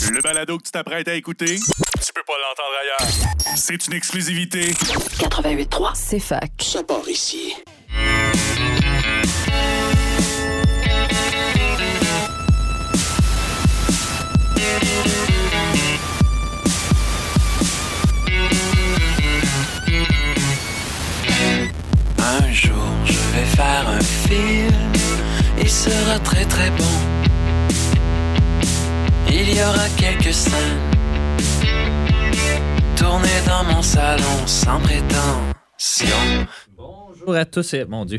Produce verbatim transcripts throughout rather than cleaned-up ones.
Le balado que tu t'apprêtes à écouter, tu peux pas l'entendre ailleurs. C'est une exclusivité. quatre-vingt-huit trois, c'est fac. Ça part ici. Un jour, je vais faire un film. Il sera très très bon. Il y aura quelques scènes tournées dans mon salon sans prétention. Bonjour à tous et... Mon Dieu,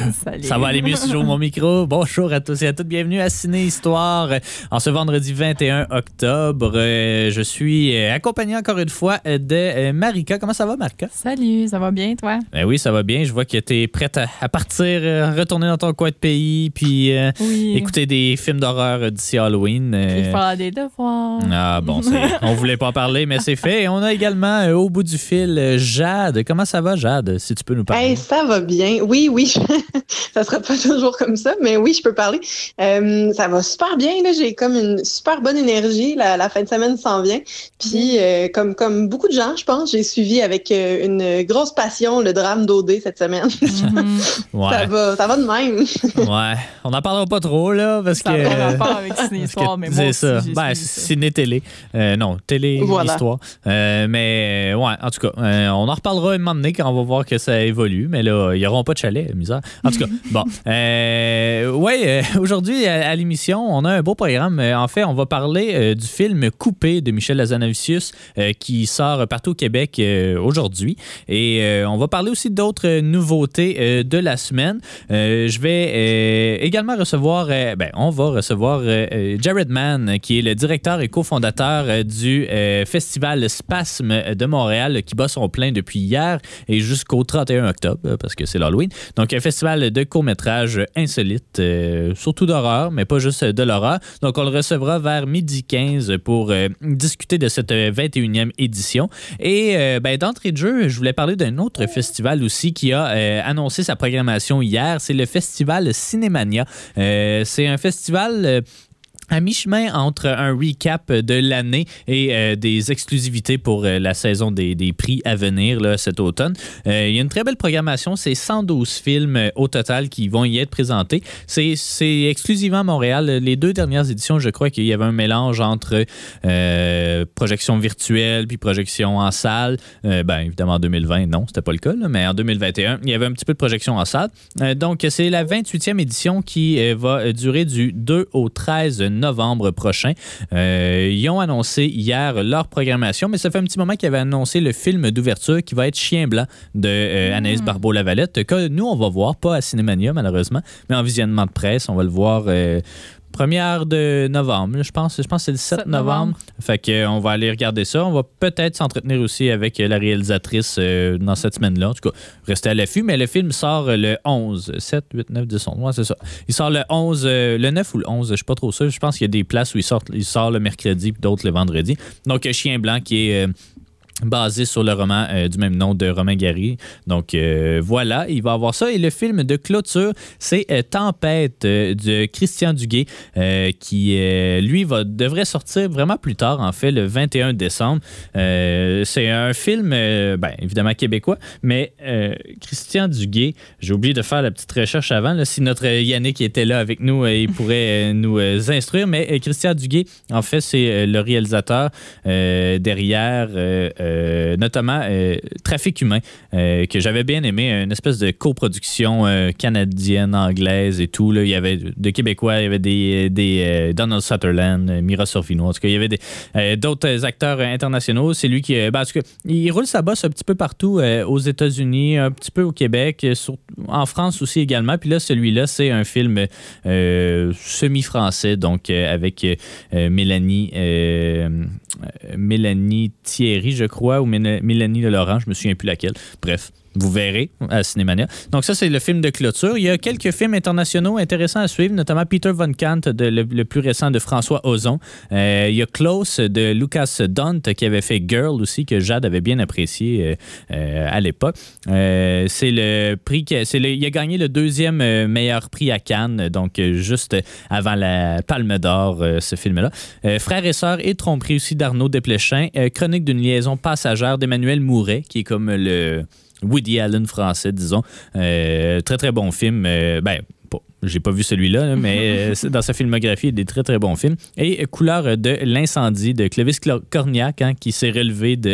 ça va aller mieux si j'ouvre mon micro. Bonjour à tous et à toutes. Bienvenue à Ciné Histoire. En ce vendredi vingt et un octobre, je suis accompagné encore une fois de Marika. Comment ça va, Marika? Salut, ça va bien, toi? Ben oui, ça va bien. Je vois que tu es prête à, à partir, retourner dans ton coin de pays, puis euh, oui. écouter des films d'horreur d'ici Halloween. Il faut faire des devoirs. Ah bon, c'est, on voulait pas en parler, mais c'est fait. Et on a également, euh, au bout du fil, Jade. Comment ça va, Jade, si tu peux nous parler? Hey, ça va bien. Oui, oui. Ça sera pas toujours comme ça, mais oui, je peux parler. Euh, ça va super bien. Là. J'ai comme une super bonne énergie. La, la fin de semaine s'en vient. Puis, euh, comme, comme beaucoup de gens, je pense, j'ai suivi avec euh, une grosse passion le drame d'O D cette semaine. Mm-hmm. Ouais. Ça va, ça va de même. Ouais. On n'en parlera pas trop, là, parce ça que... Ça n'a pas rapport avec Ciné-Histoire, mais moi c'est aussi, ça. j'ai Ben, ça. Ciné-Télé. Euh, non, Télé-Histoire. Voilà. Euh, mais, ouais, en tout cas, euh, on en reparlera un moment donné quand on va voir que ça évolue. Mais là, il y aura pas de chalet, misère. En tout cas, bon. Euh, ouais, euh, aujourd'hui, à, à l'émission, on a un beau programme. En fait, on va parler euh, du film Coupé de Michel Hazanavicius euh, qui sort partout au Québec euh, aujourd'hui. Et euh, on va parler aussi d'autres nouveautés euh, de la semaine. Euh, je vais euh, également recevoir, euh, ben, on va recevoir euh, Jared Mann, qui est le directeur et cofondateur euh, du euh, festival Spasme de Montréal, qui bat son plein depuis hier et jusqu'au trente et un octobre, parce que c'est l'Halloween. Donc, un festival de courts-métrages insolites, euh, surtout d'horreur, mais pas juste de l'horreur. Donc, on le recevra vers midi quinze pour euh, discuter de cette vingt et unième édition. Et euh, ben, d'entrée de jeu, je voulais parler d'un autre festival aussi qui a euh, annoncé sa programmation hier. C'est le festival Cinémania. Euh, c'est un festival... Euh, à mi-chemin entre un recap de l'année et euh, des exclusivités pour euh, la saison des, des prix à venir là, cet automne. Euh, il y a une très belle programmation. C'est cent douze films euh, au total qui vont y être présentés. C'est, c'est exclusivement à Montréal. Les deux dernières éditions, je crois qu'il y avait un mélange entre euh, projection virtuelle puis projection en salle. Euh, ben, évidemment, en deux mille vingt, non, c'était pas le cas, là, mais en deux mille vingt et un, il y avait un petit peu de projection en salle. Euh, donc, c'est la vingt-huitième édition qui euh, va durer du deux au treize novembre prochain. Euh, ils ont annoncé hier leur programmation, mais ça fait un petit moment qu'ils avaient annoncé le film d'ouverture qui va être Chien blanc de euh, Anaïs Barbeau-Lavalette, que nous, on va voir, pas à Cinémania, malheureusement, mais en visionnement de presse, on va le voir... Euh, Première de novembre, je pense. Je pense que c'est le sept novembre. Fait qu'on va aller regarder ça. On va peut-être s'entretenir aussi avec la réalisatrice euh, dans cette semaine-là. En tout cas, rester à l'affût. Mais le film sort le onze. sept, huit, neuf, dix, onze. Ouais, c'est ça. Il sort le onze, euh, le neuf ou le onze. Je ne suis pas trop sûr. Je pense qu'il y a des places où il sort, il sort le mercredi puis d'autres le vendredi. Donc, Chien blanc qui est... Euh, basé sur le roman euh, du même nom de Romain Gary. Donc euh, voilà, il va avoir ça. Et le film de clôture, c'est euh, Tempête euh, de Christian Duguay euh, qui, euh, lui, va, devrait sortir vraiment plus tard, en fait, le vingt et un décembre. Euh, c'est un film, euh, ben, évidemment québécois, mais euh, Christian Duguay, j'ai oublié de faire la petite recherche avant, là, si notre Yannick était là avec nous, euh, il pourrait euh, nous euh, instruire, mais euh, Christian Duguay, en fait, c'est euh, le réalisateur euh, derrière... Euh, Euh, notamment euh, Trafic humain, euh, que j'avais bien aimé, une espèce de coproduction euh, canadienne, anglaise et tout. Là. Il y avait de Québécois, il y avait des, des euh, Donald Sutherland, Mira Sorvino, en tout cas, il y avait des, euh, d'autres acteurs internationaux. C'est lui qui... Euh, ben, en tout cas, il roule sa bosse un petit peu partout euh, aux États-Unis, un petit peu au Québec, sur, en France aussi également. Puis là, celui-là, c'est un film euh, semi-français, donc euh, avec euh, Mélanie, euh, Mélanie Thierry, je crois, ou Mélanie Laurent, je me souviens plus laquelle. Bref. vous verrez à Cinémania. Donc ça, c'est le film de clôture. Il y a quelques films internationaux intéressants à suivre, notamment Peter Von Kant, de, le, le plus récent de François Ozon. Euh, il y a Close de Lucas Dunt qui avait fait Girl aussi, que Jade avait bien apprécié euh, euh, à l'époque. Euh, c'est le prix que, c'est le, il a gagné le deuxième meilleur prix à Cannes, donc juste avant la Palme d'Or, euh, ce film-là. Euh, Frères et sœurs et Tromperie aussi d'Arnaud Desplechin. Euh, Chronique d'une liaison passagère d'Emmanuel Mouret, qui est comme le Woody Allen français, disons. Euh, très, très bon film. Euh, ben, bon, j'ai pas vu celui-là, mais euh, dans sa filmographie, il y a des très, très bons films. Et Couleur de l'incendie de Clovis Cornillac, hein, qui s'est relevé de...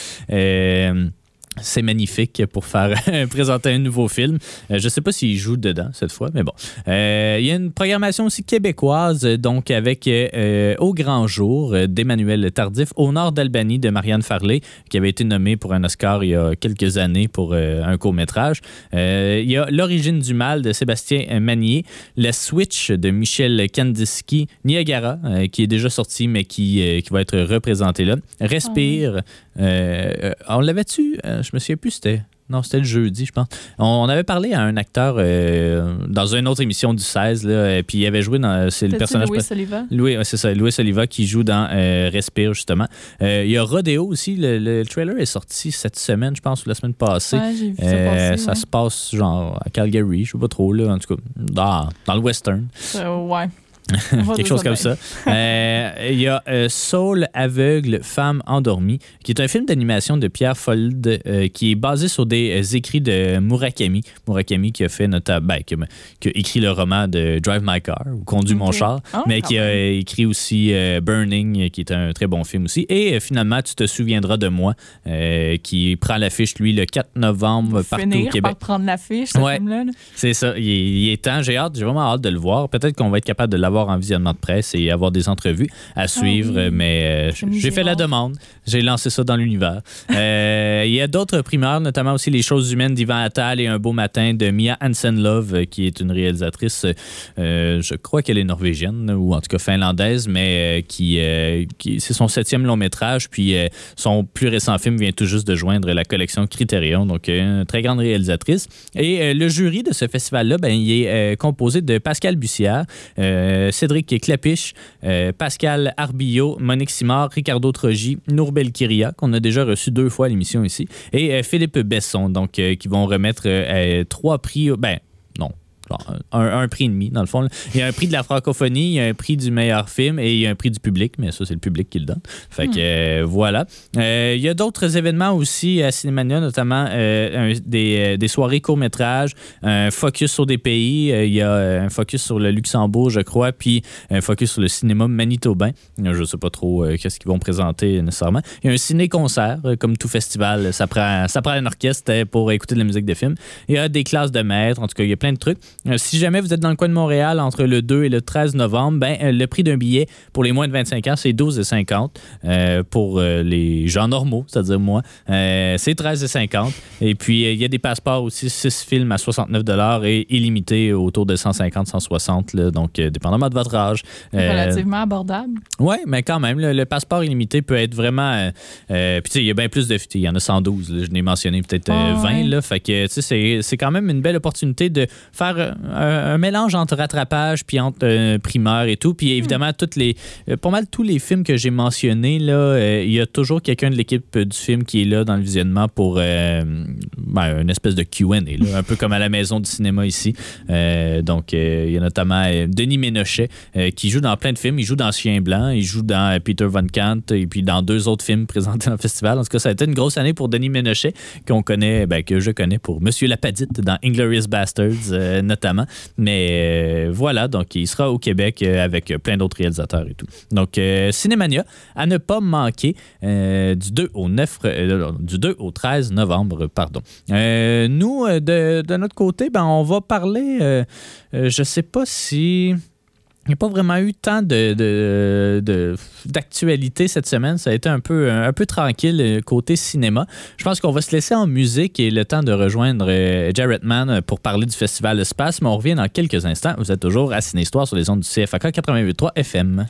euh, C'est magnifique pour faire présenter un nouveau film. Euh, je ne sais pas s'il joue dedans cette fois, mais bon. Euh, il y a une programmation aussi québécoise, donc avec euh, Au grand jour d'Emmanuel Tardif, Au nord d'Albanie de Marianne Farley, qui avait été nommée pour un Oscar il y a quelques années pour euh, un court-métrage. Euh, il y a L'origine du mal de Sébastien Magnier, La Switch de Michel Kandinsky, Niagara, euh, qui est déjà sorti, mais qui, euh, qui va être représenté là. Respire. Euh, on l'avait-tu? Euh, je me souviens plus, c'était... Non, c'était le jeudi, je pense. On avait parlé à un acteur euh, dans une autre émission du seize, là, puis il avait joué dans... C'est le personnage... Louis Soliva? Louis, c'est ça, Louis Soliva qui joue dans euh, Respire, justement. Euh, il y a Rodéo aussi. Le, le trailer est sorti cette semaine, je pense, ou la semaine passée. Ouais, j'ai vu ça euh, passer, ça ouais. se passe, genre, à Calgary, je sais pas trop, là, en tout cas, dans, dans le western. Euh, ouais. Quelque chose comme ça. Euh, il y a euh, Saul aveugle, femme endormie, qui est un film d'animation de Pierre Fold euh, qui est basé sur des euh, écrits de Murakami. Murakami qui a fait notamment, ben, qui, a, qui a écrit le roman de Drive My Car ou Conduis okay. mon char, oh, mais qui a même. écrit aussi euh, Burning, qui est un très bon film aussi. Et euh, finalement, Tu te souviendras de moi, euh, qui prend l'affiche, lui, le quatre novembre Faut partout finir au Québec. Par prendre l'affiche, ce ouais, film-là. Là. C'est ça. Il est, il est temps. J'ai hâte, j'ai vraiment hâte de le voir. Peut-être qu'on va être capable de l'avoir en visionnement de presse et avoir des entrevues à suivre, ah oui. mais euh, j'ai fait la demande. J'ai lancé ça dans l'univers. Euh, il y a d'autres primeurs, notamment aussi Les choses humaines d'Yvan Attal et Un beau matin de Mia Hansen-Love, qui est une réalisatrice, euh, je crois qu'elle est norvégienne, ou en tout cas finlandaise, mais euh, qui, euh, qui c'est son septième long métrage, puis euh, son plus récent film vient tout juste de joindre la collection Criterion, donc euh, une très grande réalisatrice. Et euh, le jury de ce festival-là, ben, il est euh, composé de Pascal Bussière, euh, Cédric Clapiche, euh, Pascal Arbillot, Monique Simard, Ricardo Trogi, Nourbel Kiria, qu'on a déjà reçu deux fois à l'émission ici, et euh, Philippe Besson, donc euh, qui vont remettre euh, trois prix, ben non, Un, un prix et demi, dans le fond. Là. Il y a un prix de la francophonie, il y a un prix du meilleur film et il y a un prix du public, mais ça, c'est le public qui le donne. Fait que, euh, voilà. Euh, il y a d'autres événements aussi à Cinémania, notamment euh, un, des, des soirées court-métrages, un focus sur des pays. Euh, il y a un focus sur le Luxembourg, je crois, puis un focus sur le cinéma manitobain. Je ne sais pas trop euh, qu'est-ce qu'ils vont présenter nécessairement. Il y a un ciné-concert, euh, comme tout festival. Ça prend, ça prend un orchestre pour écouter de la musique de film. Il y a des classes de maîtres. En tout cas, il y a plein de trucs. Si jamais vous êtes dans le coin de Montréal entre le deux et le treize novembre, ben, le prix d'un billet pour les moins de vingt-cinq ans, c'est douze cinquante. Euh, pour euh, les gens normaux, c'est-à-dire moi, euh, c'est treize cinquante. Et puis, il y a des passeports aussi, six films à soixante-neuf dollars et illimités autour de cent cinquante à cent soixante. Là, donc, euh, dépendamment de votre âge. Euh, Relativement abordable. Oui, mais quand même, le, le passeport illimité peut être vraiment... Euh, euh, puis, tu sais, il y a bien plus de... Il y en a cent douze, là, je n'ai mentionné peut-être euh, oh, vingt. Ouais. Là, fait que, tu sais, c'est, c'est quand même une belle opportunité de faire un, un mélange entre rattrapage puis entre euh, primeur et tout. Puis évidemment, mm. toutes les, euh, pas mal tous les films que j'ai mentionnés, il euh, y a toujours quelqu'un de l'équipe du film qui est là dans le visionnement pour euh, ben, une espèce de Q and A, là, un peu comme à la Maison du cinéma ici. Euh, donc, il euh, y a notamment euh, Denis Ménochet euh, qui joue dans plein de films. Il joue dans Chien Blanc, il joue dans Peter Von Kant et puis dans deux autres films présentés dans le festival. En tout cas, ça a été une grosse année pour Denis Ménochet, qu'on connaît, ben, que je connais pour Monsieur Lapadite dans Inglourious Basterds, euh, notamment. Mais euh, voilà, donc il sera au Québec euh, avec plein d'autres réalisateurs et tout. Donc, euh, Cinémania, à ne pas manquer euh, du deux au neuf, euh, du deux au treize novembre, pardon. Euh, nous, de, de notre côté, ben, on va parler, euh, euh, je sais pas si... Il n'y a pas vraiment eu tant de, de, de, d'actualité cette semaine. Ça a été un peu, un peu tranquille côté cinéma. Je pense qu'on va se laisser en musique et le temps de rejoindre Jared Mann pour parler du festival Espace. Mais on revient dans quelques instants. Vous êtes toujours à Ciné-Histoire sur les ondes du C F A K quatre-vingt-huit point trois F M.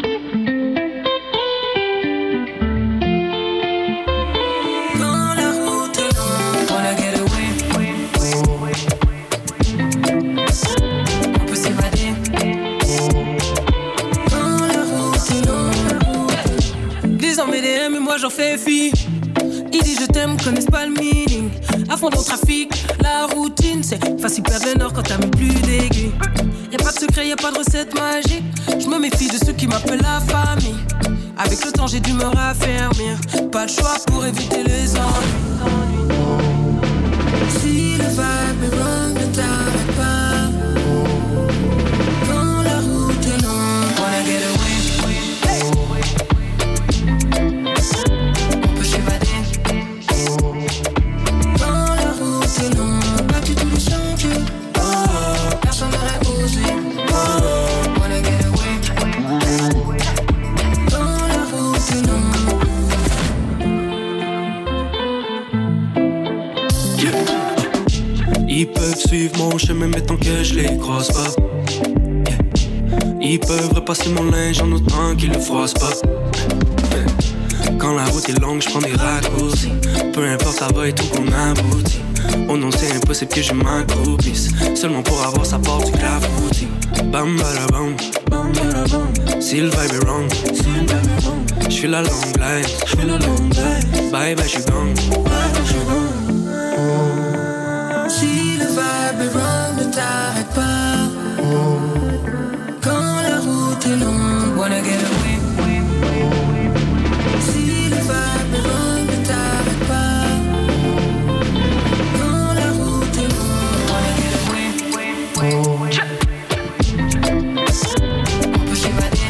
Dans la roue D M et moi j'en fais fi. Ils disent je t'aime, connaissent pas le meaning. À fond dans le trafic, la routine, c'est facile perdre le nord quand t'as même plus d'aigu. Y'a pas de secret, y'a pas de recette magique. Je me méfie de ceux qui m'appellent la famille. Avec le temps j'ai dû me raffermir. Pas de choix pour éviter les ennuis. Si le vibe est wrong, ne t'arrête pas. Quand la route est longue, wanna get away. On peut s'évader. Quand la route est longue, battu tous les chantiers. Oh, personne n'aurait osé. Oh, wanna get away. Quand la route est longue. Ils peuvent suivre mon chemin mais tant que je les croise pas. Yeah. Ils peuvent repasser mon linge en autant qu'ils le froissent pas. Yeah. Quand la route est longue, je prends des raccourcis. Peu importe, ça va et tout qu'on aboutit. Oh non, c'est impossible que je m'accroupisse. Seulement pour avoir sa part du clafoutis. Bam bada bam, bam bada bam. Si le vibe est wrong, si le vibe est wrong, j'fais la longue line, j'fais la longue line. Bye bye, j'suis gone, bye bye, j'suis gone. Si le vibe est wrong, ne t'arrête pas. Quand la route est longue, wanna get away. Si le vibe est wrong, ne t'arrête pas. Quand la route est longue, wanna get away. On peut s'évader.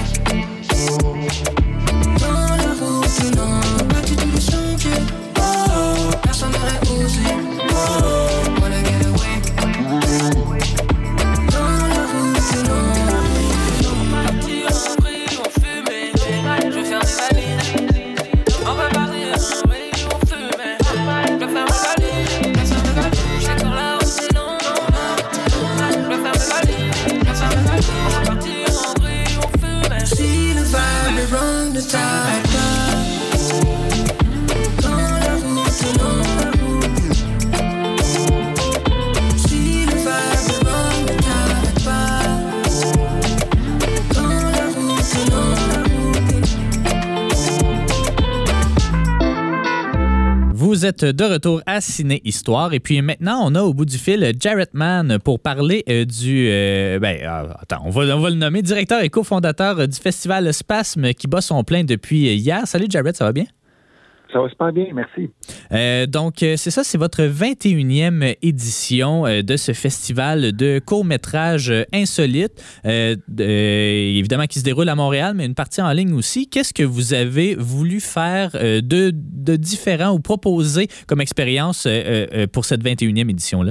Quand la route est longue, battu tous les chantiers. Oh, personne n'aurait osé. Oh, Vous êtes de retour à Ciné Histoire et puis maintenant on a au bout du fil Jarrett Mann pour parler euh, du euh, ben euh, attends on va on va le nommer directeur et cofondateur du festival Spasme qui bat son plein depuis hier. Salut Jarrett, ça va bien? Ça va super bien, merci. Euh, donc, c'est ça, c'est votre vingt et unième édition de ce festival de courts-métrages insolites, euh, euh, évidemment qui se déroule à Montréal, mais une partie en ligne aussi. Qu'est-ce que vous avez voulu faire de, de différent ou proposer comme expérience euh, pour cette vingt et unième édition-là?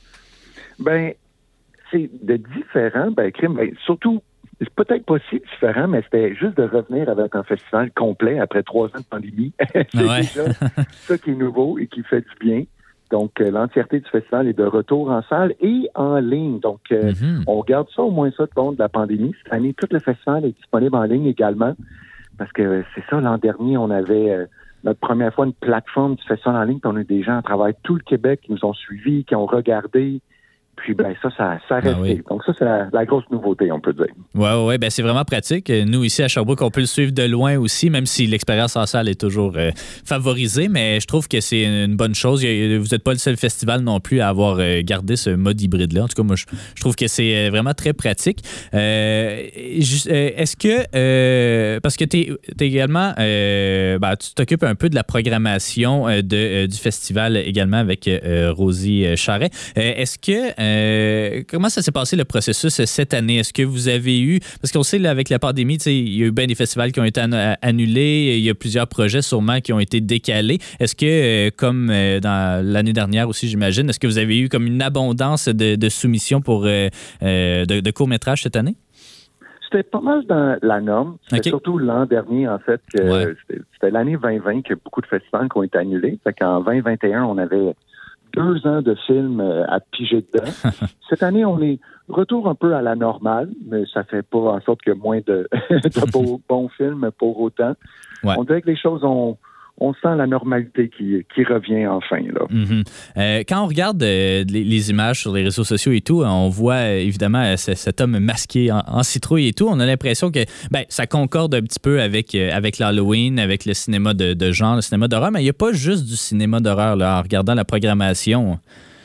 Bien, c'est de différent, ben, crime, ben, surtout, c'est peut-être pas si différent, mais c'était juste de revenir avec un festival complet après trois ans de pandémie. C'est ouais. déjà ça qui est nouveau et qui fait du bien. Donc, euh, l'entièreté du festival est de retour en salle et en ligne. Donc, euh, mm-hmm. on regarde ça au moins ça de compte de la pandémie. Cette année, tout le festival est disponible en ligne également. Parce que euh, c'est ça, l'an dernier, on avait euh, notre première fois une plateforme du festival en ligne. Puis on a eu des gens à travers tout le Québec qui nous ont suivis, qui ont regardé. Puis, ben ça, ça, ça a resté. Ah oui. Donc, ça, c'est la, la grosse nouveauté, on peut dire. Oui, oui, ben c'est vraiment pratique. Nous, ici, à Sherbrooke, on peut le suivre de loin aussi, même si l'expérience en salle est toujours euh, favorisée. Mais je trouve que c'est une bonne chose. Vous n'êtes pas le seul festival non plus à avoir euh, gardé ce mode hybride-là. En tout cas, moi, je, je trouve que c'est vraiment très pratique. Euh, est-ce que, euh, parce que tu es également, euh, ben, tu t'occupes un peu de la programmation de, euh, du festival également avec euh, Rosie Charret. Euh, est-ce que Euh, comment ça s'est passé le processus cette année? Est-ce que vous avez eu... Parce qu'on sait, là, avec la pandémie, il y a eu bien des festivals qui ont été annulés. Il y a plusieurs projets sûrement qui ont été décalés. Est-ce que, euh, comme euh, dans l'année dernière aussi, j'imagine, est-ce que vous avez eu comme une abondance de, de soumissions pour, euh, euh, de, de courts-métrages cette année? C'était pas mal dans la norme. C'était okay. surtout l'an dernier, en fait, que ouais. c'était, c'était l'année vingt vingt que beaucoup de festivals qui ont été annulés. Fait qu'en vingt vingt et un, on avait deux ans de films à piger dedans. Cette année, on est retour un peu à la normale, mais ça fait pas en sorte qu'il y a moins de, de beaux, bons films pour autant. Ouais. On dirait que les choses ont, on sent la normalité qui, qui revient enfin. Là. Mm-hmm. Euh, quand on regarde euh, les, les images sur les réseaux sociaux et tout, on voit euh, évidemment euh, cet homme masqué en, en citrouille et tout. On a l'impression que ben, ça concorde un petit peu avec, euh, avec l'Halloween, avec le cinéma de, de genre, le cinéma d'horreur, mais il n'y a pas juste du cinéma d'horreur là, en regardant la programmation.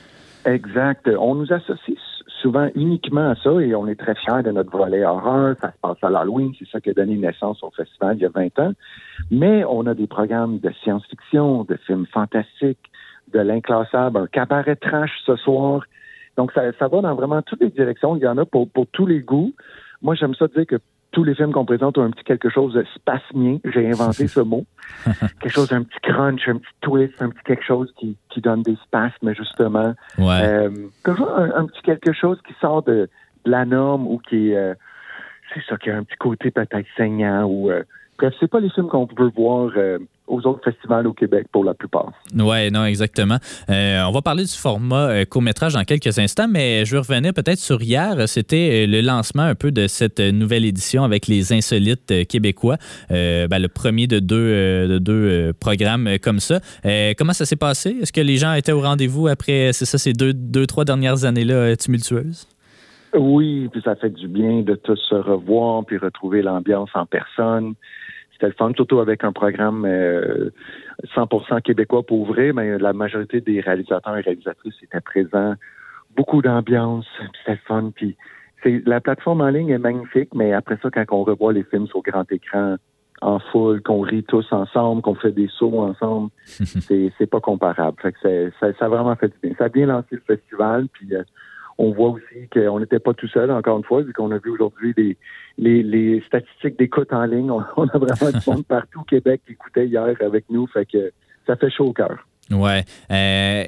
Exact. On nous associe souvent uniquement à ça et on est très fiers de notre volet horreur. Ça se passe à l'Halloween, c'est ça qui a donné naissance au festival il y a vingt ans. Mais on a des programmes de science-fiction, de films fantastiques, de l'inclassable, un cabaret trash ce soir. Donc, ça, ça va dans vraiment toutes les directions. Il y en a pour, pour tous les goûts. Moi, j'aime ça dire que tous les films qu'on présente ont un petit quelque chose de spasmien. J'ai inventé ce mot. Quelque chose d'un petit crunch, un petit twist, un petit quelque chose qui, qui donne des spasmes, justement. Ouais. Euh, toujours un, un petit quelque chose qui sort de, de la norme ou qui est, euh, c'est ça, qui a un petit côté peut-être saignant ou... Euh, bref, c'est pas les films qu'on peut voir euh, aux autres festivals au Québec pour la plupart. Oui, non, exactement. Euh, on va parler du format euh, court-métrage dans quelques instants, mais je veux revenir peut-être sur hier. C'était le lancement un peu de cette nouvelle édition avec les Insolites québécois. Euh, ben, le premier de deux, euh, de deux euh, programmes comme ça. Euh, comment ça s'est passé? Est-ce que les gens étaient au rendez-vous après, c'est ça, ces deux, deux trois dernières années-là euh, tumultueuses? Oui, puis ça fait du bien de tous se revoir puis retrouver l'ambiance en personne. C'était le fun, surtout avec un programme euh, cent pour cent québécois pour ouvrir, mais la majorité des réalisateurs et réalisatrices étaient présents. Beaucoup d'ambiance, c'était le fun. Puis c'est, la plateforme en ligne est magnifique, mais après ça, quand on revoit les films sur grand écran en foule, qu'on rit tous ensemble, qu'on fait des sauts ensemble, c'est, c'est pas comparable. Fait que c'est, ça, ça a vraiment fait du bien. Ça a bien lancé le festival, puis euh, on voit aussi qu'on n'était pas tout seul, encore une fois, vu qu'on a vu aujourd'hui les, les, les statistiques d'écoute en ligne. On, on a vraiment du monde partout au Québec qui écoutait hier avec nous. Fait que ça fait chaud au cœur. Ouais. Euh,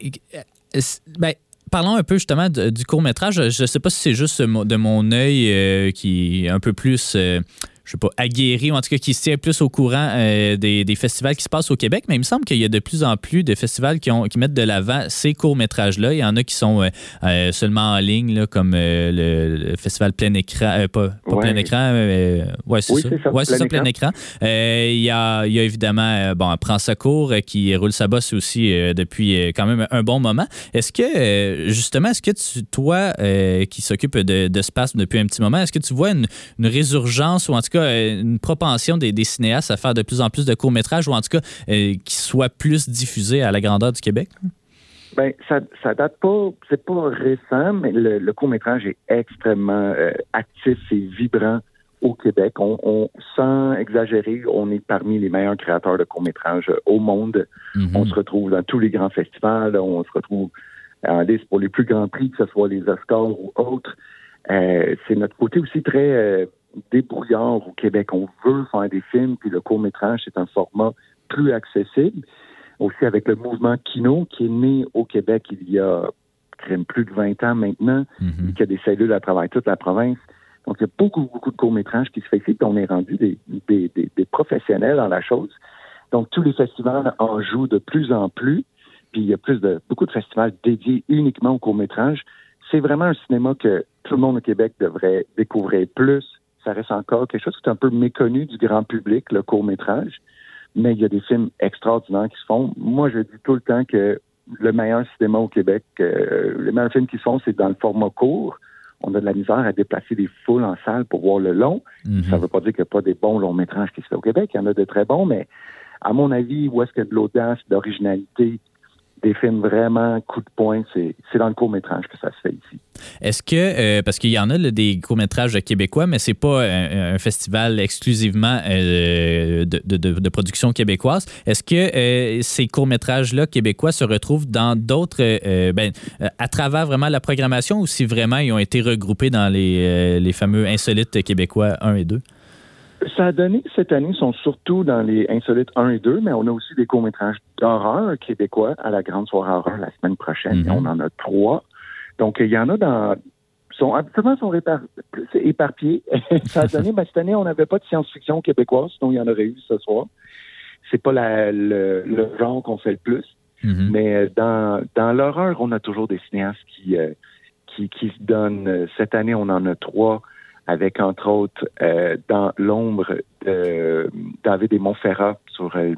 ben, parlons un peu justement de, du court-métrage. Je ne sais pas si c'est juste de mon œil euh, qui est un peu plus... Euh, je sais pas, aguerri, ou en tout cas qui se tient plus au courant euh, des, des festivals qui se passent au Québec, mais il me semble qu'il y a de plus en plus de festivals qui, ont, qui mettent de l'avant ces courts-métrages-là. Il y en a qui sont euh, euh, seulement en ligne, là, comme euh, le, le festival plein écran, euh, pas, pas ouais. plein écran, euh, ouais, c'est oui, ça. c'est ça, ouais, c'est plein ça, plein écran. Euh, il, y a, il y a évidemment, euh, bon, Prends ça court, euh, qui roule sa bosse aussi euh, depuis euh, quand même un bon moment. Est-ce que, euh, justement, est-ce que tu, toi, euh, qui s'occupe de, de Spasme depuis un petit moment, est-ce que tu vois une, une résurgence ou en tout cas une propension des, des cinéastes à faire de plus en plus de courts-métrages ou en tout cas euh, qui soient plus diffusés à la grandeur du Québec? Ben, ça, ça date pas, c'est pas récent, mais le, le court-métrage est extrêmement euh, actif et vibrant au Québec. On, on, sans exagérer, on est parmi les meilleurs créateurs de courts-métrages au monde. Mm-hmm. On se retrouve dans tous les grands festivals, on se retrouve en liste pour les plus grands prix, que ce soit les Oscars ou autres. Euh, c'est notre côté aussi très euh, débrouillard au Québec. On veut faire des films, puis le court-métrage, c'est un format plus accessible. Aussi avec le mouvement Kino, qui est né au Québec il y a plus de vingt ans maintenant, mm-hmm. qui a des cellules à travers toute la province. Donc, il y a beaucoup, beaucoup de courts-métrages qui se fait ici, puis on est rendu des, des, des, des professionnels dans la chose. Donc, tous les festivals en jouent de plus en plus, puis il y a plus de beaucoup de festivals dédiés uniquement au court-métrage. C'est vraiment un cinéma que tout le monde au Québec devrait découvrir plus. Ça reste encore quelque chose qui est un peu méconnu du grand public, le court-métrage. Mais il y a des films extraordinaires qui se font. Moi, je dis tout le temps que le meilleur cinéma au Québec, euh, les meilleurs films qui se font, c'est dans le format court. On a de la misère à déplacer des foules en salle pour voir le long. Mm-hmm. Ça ne veut pas dire qu'il n'y a pas des bons longs métrages qui se font au Québec. Il y en a de très bons, mais à mon avis, où est-ce qu'il y a de l'audace, de l'originalité, des films vraiment coup de poing, c'est, c'est dans le court-métrage que ça se fait ici. Est-ce que, euh, parce qu'il y en a là, des courts-métrages québécois, mais c'est pas un, un festival exclusivement euh, de, de, de production québécoise, est-ce que euh, ces courts-métrages-là québécois se retrouvent dans d'autres, euh, ben, à travers vraiment la programmation ou si vraiment ils ont été regroupés dans les, euh, les fameux Insolites québécois un et deux? Ça a donné, cette année, sont surtout dans les Insolites un et deux, mais on a aussi des courts-métrages d'horreur québécois à la Grande Soirée Horreur la semaine prochaine. Mm-hmm. On en a trois. Donc, il y en a dans... Sont, habituellement, sont répar... éparpillés. Ça a donné, ben, cette année, on n'avait pas de science-fiction québécoise, sinon il y en aurait eu ce soir. C'est pas la, le, le genre qu'on fait le plus. Mm-hmm. Mais dans, dans l'horreur, on a toujours des cinéastes qui, euh, qui, qui se donnent. Cette année, on en a trois, avec, entre autres, euh, Dans l'ombre de David et Montferrat, sur euh,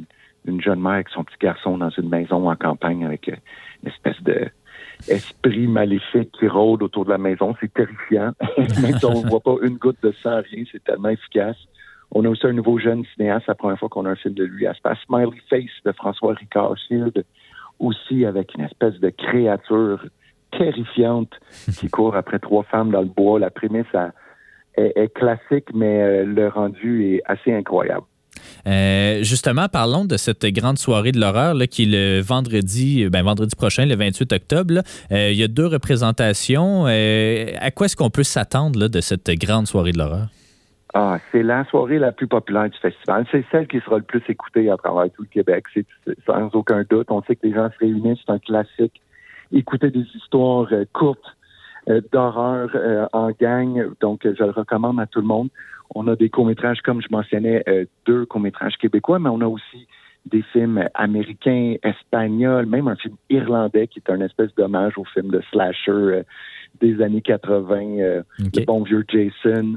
une jeune mère avec son petit garçon dans une maison en campagne avec une espèce de esprit maléfique qui rôde autour de la maison. C'est terrifiant. Même si on ne voit pas une goutte de sang, rien, c'est tellement efficace. On a aussi un nouveau jeune cinéaste, la première fois qu'on a un film de lui. Ça se passe Smiley Face de François Ricard Shield, aussi avec une espèce de créature terrifiante qui court après trois femmes dans le bois. La prémisse a, est, est classique, mais euh, le rendu est assez incroyable. Euh, justement, parlons de cette grande soirée de l'horreur là, qui est le vendredi, ben, vendredi prochain, le vingt-huit octobre. Là. Euh, il y a deux représentations. Euh, à quoi est-ce qu'on peut s'attendre là, de cette grande soirée de l'horreur? Ah, c'est la soirée la plus populaire du festival. C'est celle qui sera le plus écoutée à travers tout le Québec. C'est, c'est sans aucun doute. On sait que les gens se réunissent. C'est un classique. Écouter des histoires euh, courtes euh, d'horreur euh, en gang. Donc, euh, je le recommande à tout le monde. On a des courts-métrages, comme je mentionnais, euh, deux courts-métrages québécois, mais on a aussi des films américains, espagnols, même un film irlandais qui est un espèce d'hommage au film de slasher euh, des années quatre-vingts, euh, okay. Le bon vieux Jason.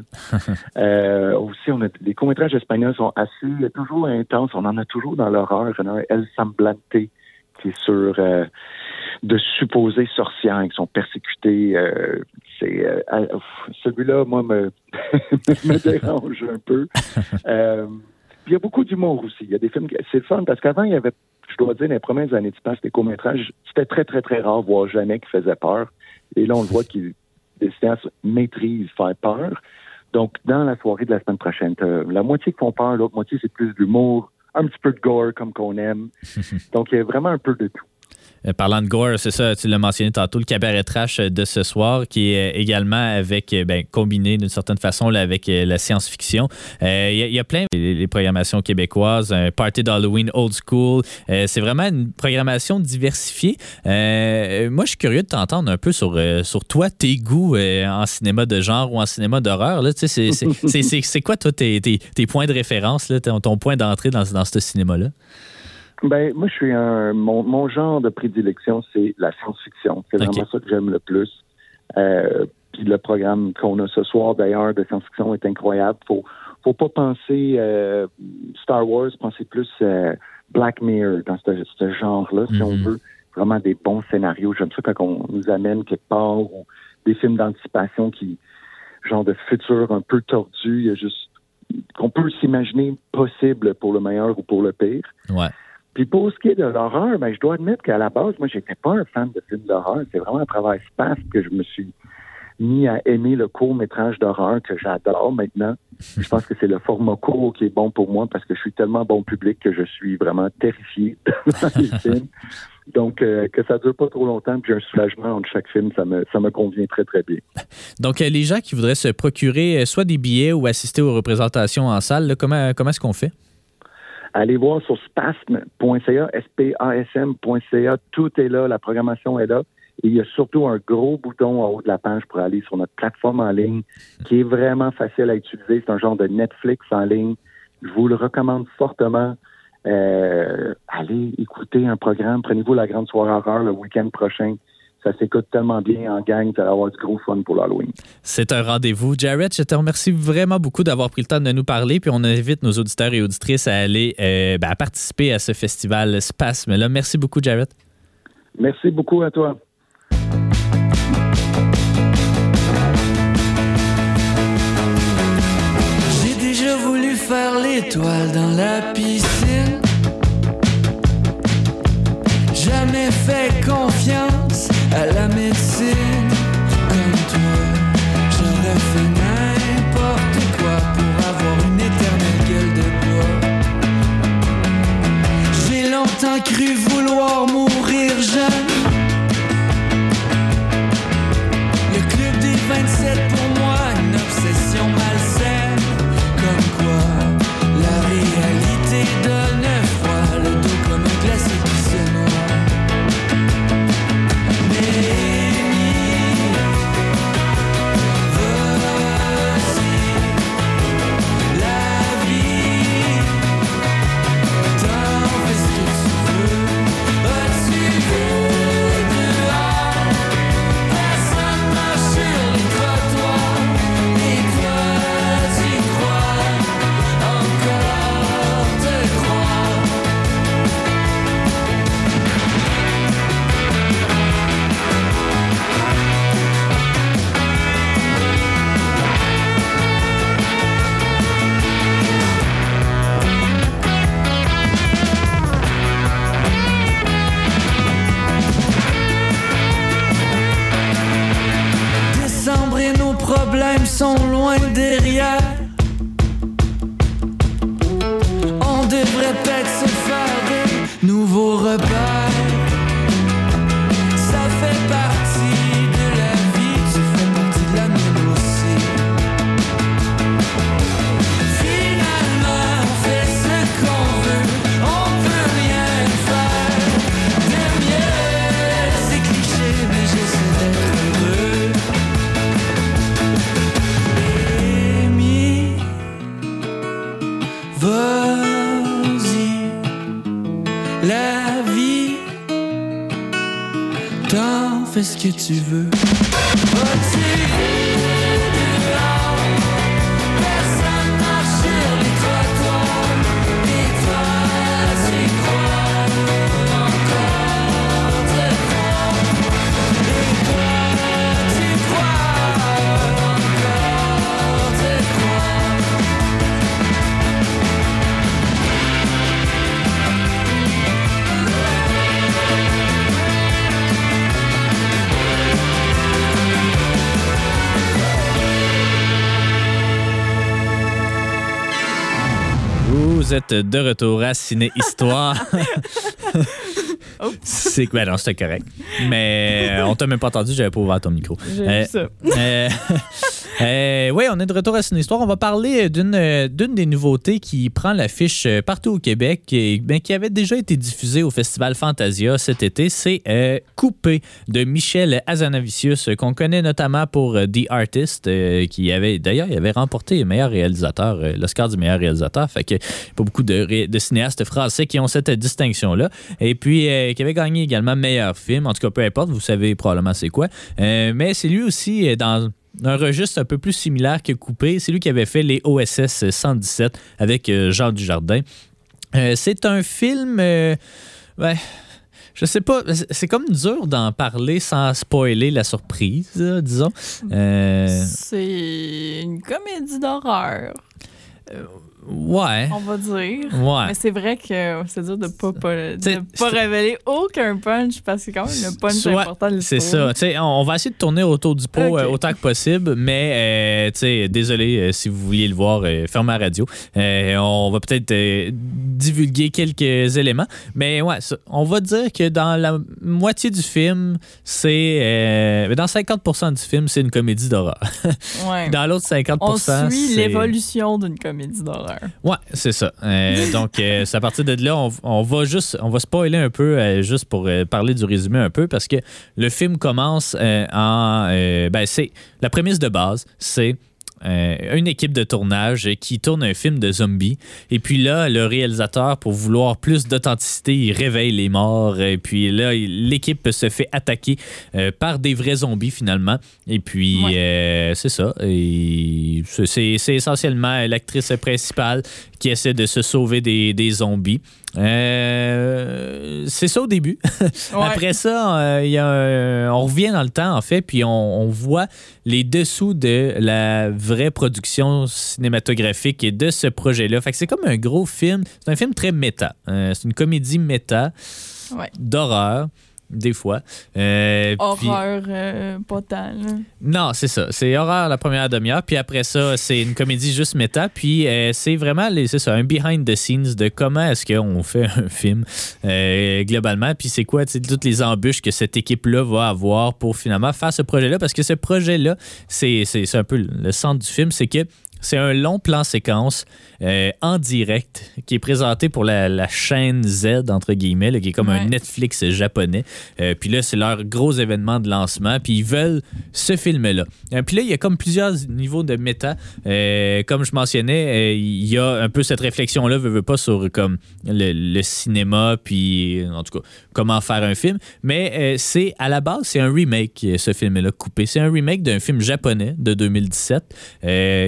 euh, aussi, on a des courts-métrages espagnols sont assez, toujours intenses. On en a toujours dans l'horreur. On a El Semblante, qui est sur euh, de supposées sorcières qui sont persécutées. Euh, c'est euh, euh, celui-là, moi, me, me dérange un peu. Euh, il y a beaucoup d'humour aussi. Il y a des films, c'est le fun parce qu'avant, il y avait, je dois dire, les premières années du pass, les courts-métrages, c'était très, très, très rare, voire jamais, qui faisait peur. Et là, on le voit qu'ils les cinéastes maîtrisent faire peur. Donc, dans la soirée de la semaine prochaine, la moitié qui font peur, l'autre moitié, c'est plus d'humour, un petit peu de gore comme qu'on aime. Donc, il y a vraiment un peu de tout. Euh, parlant de gore, c'est ça, tu l'as mentionné tantôt, le cabaret trash de ce soir, qui est également avec, ben, combiné d'une certaine façon là, avec la science-fiction. Il euh, y, y a plein de les programmations québécoises, un party d'Halloween old school. Euh, c'est vraiment une programmation diversifiée. Euh, moi, je suis curieux de t'entendre un peu sur, euh, sur toi, tes goûts euh, en cinéma de genre ou en cinéma d'horreur. Là. Tu sais, c'est, c'est, c'est, c'est, c'est quoi, toi, tes, tes, tes points de référence, là, ton, ton point d'entrée dans, dans ce cinéma-là? Ben, moi, je suis un. Mon, mon genre de prédilection, c'est la science-fiction. C'est okay. Vraiment ça que j'aime le plus. Euh, puis le programme qu'on a ce soir, d'ailleurs, de science-fiction est incroyable. Faut, faut pas penser euh, Star Wars, penser plus euh, Black Mirror dans ce, ce genre-là, mm-hmm. si on veut. Vraiment des bons scénarios. J'aime ça quand on nous amène quelque part ou des films d'anticipation qui, genre de futur un peu tordu. Il y a juste qu'on peut s'imaginer possible pour le meilleur ou pour le pire. Ouais. Puis pour ce qui est de l'horreur, ben je dois admettre qu'à la base, moi, j'étais pas un fan de films d'horreur. C'est vraiment à travers Space que je me suis mis à aimer le court-métrage d'horreur que j'adore maintenant. Je pense que c'est le format court qui est bon pour moi parce que je suis tellement bon public que je suis vraiment terrifié dans les films. Donc, euh, que ça dure pas trop longtemps, puis j'ai un soulagement entre chaque film, ça me, ça me convient très, très bien. Donc, euh, les gens qui voudraient se procurer euh, soit des billets ou assister aux représentations en salle, là, comment, comment est-ce qu'on fait? Allez voir sur spasm point c a, S P A S M point c a. Tout est là, la programmation est là. Et il y a surtout un gros bouton en haut de la page pour aller sur notre plateforme en ligne qui est vraiment facile à utiliser. C'est un genre de Netflix en ligne. Je vous le recommande fortement. Euh, allez écouter un programme. Prenez-vous la grande soirée horreur le week-end prochain. Ça s'écoute tellement bien en gang, ça va avoir du gros fun pour l'Halloween. C'est un rendez-vous. Jared, je te remercie vraiment beaucoup d'avoir pris le temps de nous parler, puis on invite nos auditeurs et auditrices à aller euh, ben, à participer à ce festival Spasme. Là, merci beaucoup, Jared. Merci beaucoup à toi. J'ai déjà voulu faire l'étoile dans la piscine. Jamais fait confiance à la médecine. Comme toi, j'aurais fait n'importe quoi pour avoir une éternelle gueule de bois. J'ai longtemps cru vouloir mourir jeune. Le club des vingt-sept pour moi, une obsession malsaine. Comme quoi, la réalité donne froid, le dos comme un glacé qui se noie. La vie, t'en fais ce que tu veux. sont loin derrière. On devrait peut-être se faire de nouveaux repères. Ça fait partie de la vie, tu fais partie de la mienne aussi. Finalement, on fait ce qu'on veut, on peut rien faire de mieux. C'est cliché, mais j'essaie d'être heureux. Amy, vas-y, la vie, t'en fais ce que tu veux. Vas-tu dehors? Personne marche sur les trottoirs. Et toi, tu crois encore te croire. Et toi, tu crois encore te croire. Vous êtes de retour à Ciné Histoire. C'est ben non, c'était correct. Mais euh, on t'a même pas entendu, j'avais pas ouvert ton micro. J'ai euh, vu ça. euh, euh, oui, on est de retour à Ciné Histoire. On va parler d'une, d'une des nouveautés qui prend l'affiche partout au Québec, et, ben, qui avait déjà été diffusée au Festival Fantasia cet été. C'est euh, Coupé de Michel Hazanavicius, qu'on connaît notamment pour euh, The Artist, euh, qui avait d'ailleurs il avait remporté le meilleur réalisateur, euh, l'Oscar du meilleur réalisateur. Fait que pas beaucoup de, de cinéastes français qui ont cette distinction-là. Et puis, euh, qui avait gagné également meilleur film. En tout cas, peu importe, vous savez probablement c'est quoi. Euh, mais c'est lui aussi euh, dans un registre un peu plus similaire que Coupé. C'est lui qui avait fait les O S S cent dix-sept avec euh, Jean Dujardin. Euh, c'est un film... Euh, ouais, je sais pas, c'est comme dur d'en parler sans spoiler la surprise, là, disons. Euh, C'est une comédie d'horreur. Euh, ouais. On va dire. Ouais. Mais c'est vrai que c'est dur de pas, pas, de pas révéler aucun punch parce que c'est quand même le punch Soit, important de l'histoire. C'est ça. T'sais, on va essayer de tourner autour du pot okay. euh, autant que possible, mais euh, t'sais, désolé euh, si vous vouliez le voir, euh, fermez la radio. Euh, on va peut-être euh, divulguer quelques éléments, mais ouais, ça, on va dire que dans la moitié du film, c'est... Euh, dans cinquante pour cent du film, c'est une comédie d'horreur. Ouais. Dans l'autre cinquante pour cent, on suit c'est... l'évolution d'une comédie d'horreur. Ouais, c'est ça. Euh, donc, euh, c'est à partir de là, on, on va juste, on va spoiler un peu, euh, juste pour euh, parler du résumé un peu, parce que le film commence euh, en... Euh, ben, c'est... La prémisse de base, c'est... Euh, une équipe de tournage qui tourne un film de zombies. Et puis là, le réalisateur, pour vouloir plus d'authenticité, il réveille les morts. Et puis là, l'équipe se fait attaquer euh, par des vrais zombies, finalement. Et puis, ouais. euh, c'est ça. Et c'est, c'est essentiellement l'actrice principale qui essaie de se sauver des, des zombies. Euh, c'est ça au début. Ouais. Après ça, euh, y a un, on revient dans le temps, en fait, puis on, on voit les dessous de la vraie production cinématographique et de ce projet-là. Fait que c'est comme un gros film. C'est un film très méta. Euh, c'est une comédie méta, ouais. d'horreur. Des fois. Euh, horreur, puis... euh, pas tant. Là. Non, c'est ça. C'est horreur la première demi-heure, puis après ça, c'est une comédie juste méta, puis euh, c'est vraiment les, c'est ça, un behind the scenes de comment est-ce qu'on fait un film euh, globalement, puis c'est quoi toutes les embûches que cette équipe-là va avoir pour finalement faire ce projet-là, parce que ce projet-là, c'est, c'est, c'est un peu le centre du film, c'est que c'est un long plan séquence euh, en direct qui est présenté pour la, la chaîne Z, entre guillemets, là, qui est comme ouais. un Netflix japonais. Euh, puis là, c'est leur gros événement de lancement. Puis ils veulent ce film-là. Euh, puis là, il y a comme plusieurs niveaux de méta. Euh, comme je mentionnais, il euh, y a un peu cette réflexion-là, veut, veut pas, sur comme le, le cinéma, puis en tout cas, comment faire un film. Mais euh, c'est à la base, c'est un remake, ce film-là, Coupé. C'est un remake d'un film japonais de deux mille dix-sept euh, qui avait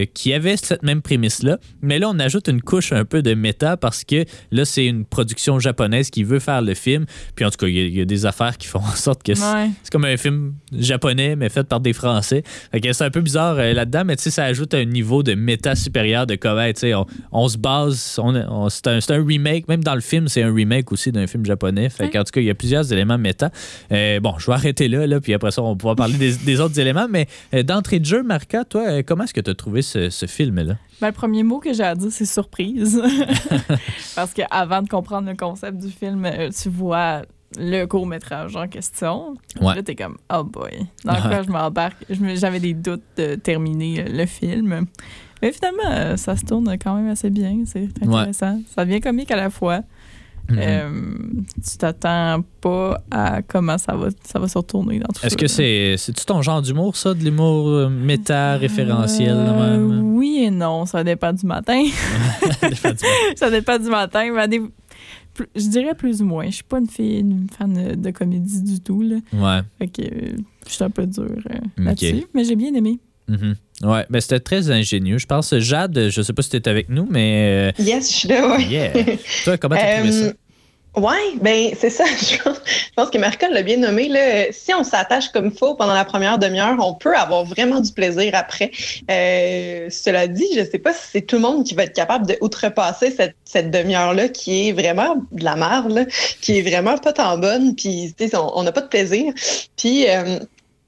avait cette même prémisse-là, mais là, on ajoute une couche un peu de méta parce que là, c'est une production japonaise qui veut faire le film. Puis en tout cas, il y, y a des affaires qui font en sorte que c'est, ouais. c'est comme un film japonais, mais fait par des Français. Fait que c'est un peu bizarre euh, là-dedans, mais tu sais, ça ajoute un niveau de méta supérieur de comment, tu sais, on, on se base, on, on, c'est, un, c'est un remake, même dans le film, c'est un remake aussi d'un film japonais. Fait qu'en tout cas, il y a plusieurs éléments méta. Euh, bon, je vais arrêter là, là, puis après ça, on va pouvoir parler des, des autres éléments, mais euh, d'entrée de jeu, Marca, toi, euh, comment est-ce que tu as trouvé ce, ce film-là? Ben, le premier mot que j'ai à dire, c'est surprise. Parce qu'avant de comprendre le concept du film, tu vois le court-métrage en question. Ouais. Là, t'es comme, oh boy. Dans ouais. quoi je m'embarque? Je me, j'avais des doutes de terminer le film. Mais finalement, ça se tourne quand même assez bien. C'est intéressant. Ouais. Ça devient comique à la fois. Mm-hmm. Euh, tu t'attends pas à comment ça va, ça va se retourner dans tout ça. Est-ce que c'est, c'est-tu ton genre d'humour, ça? De l'humour euh, méta-référentiel? Euh, même? Oui et non. Ça dépend du matin. ça, dépend du... ça dépend du matin. Mais des... Je dirais plus ou moins. Je suis pas une fille, une fan de, de comédie du tout. Là. Ouais. Fait que euh, je suis un peu dure euh, là-dessus. Okay. Mais j'ai bien aimé. Mm-hmm. Ouais, ben c'était très ingénieux. Je pense, Jade, je sais pas si tu es avec nous, mais. Euh... Yes, je suis là, oui. Yeah. Toi, comment tu as trouvé ça? Oui, ben c'est ça. Je pense que Marca l'a bien nommé. Là. Si on s'attache comme il faut pendant la première demi-heure, on peut avoir vraiment du plaisir après. Euh, cela dit, je ne sais pas si c'est tout le monde qui va être capable d'outrepasser cette, cette demi-heure-là qui est vraiment de la merde, là, qui est vraiment pas tant bonne, puis on n'a pas de plaisir. Puis euh,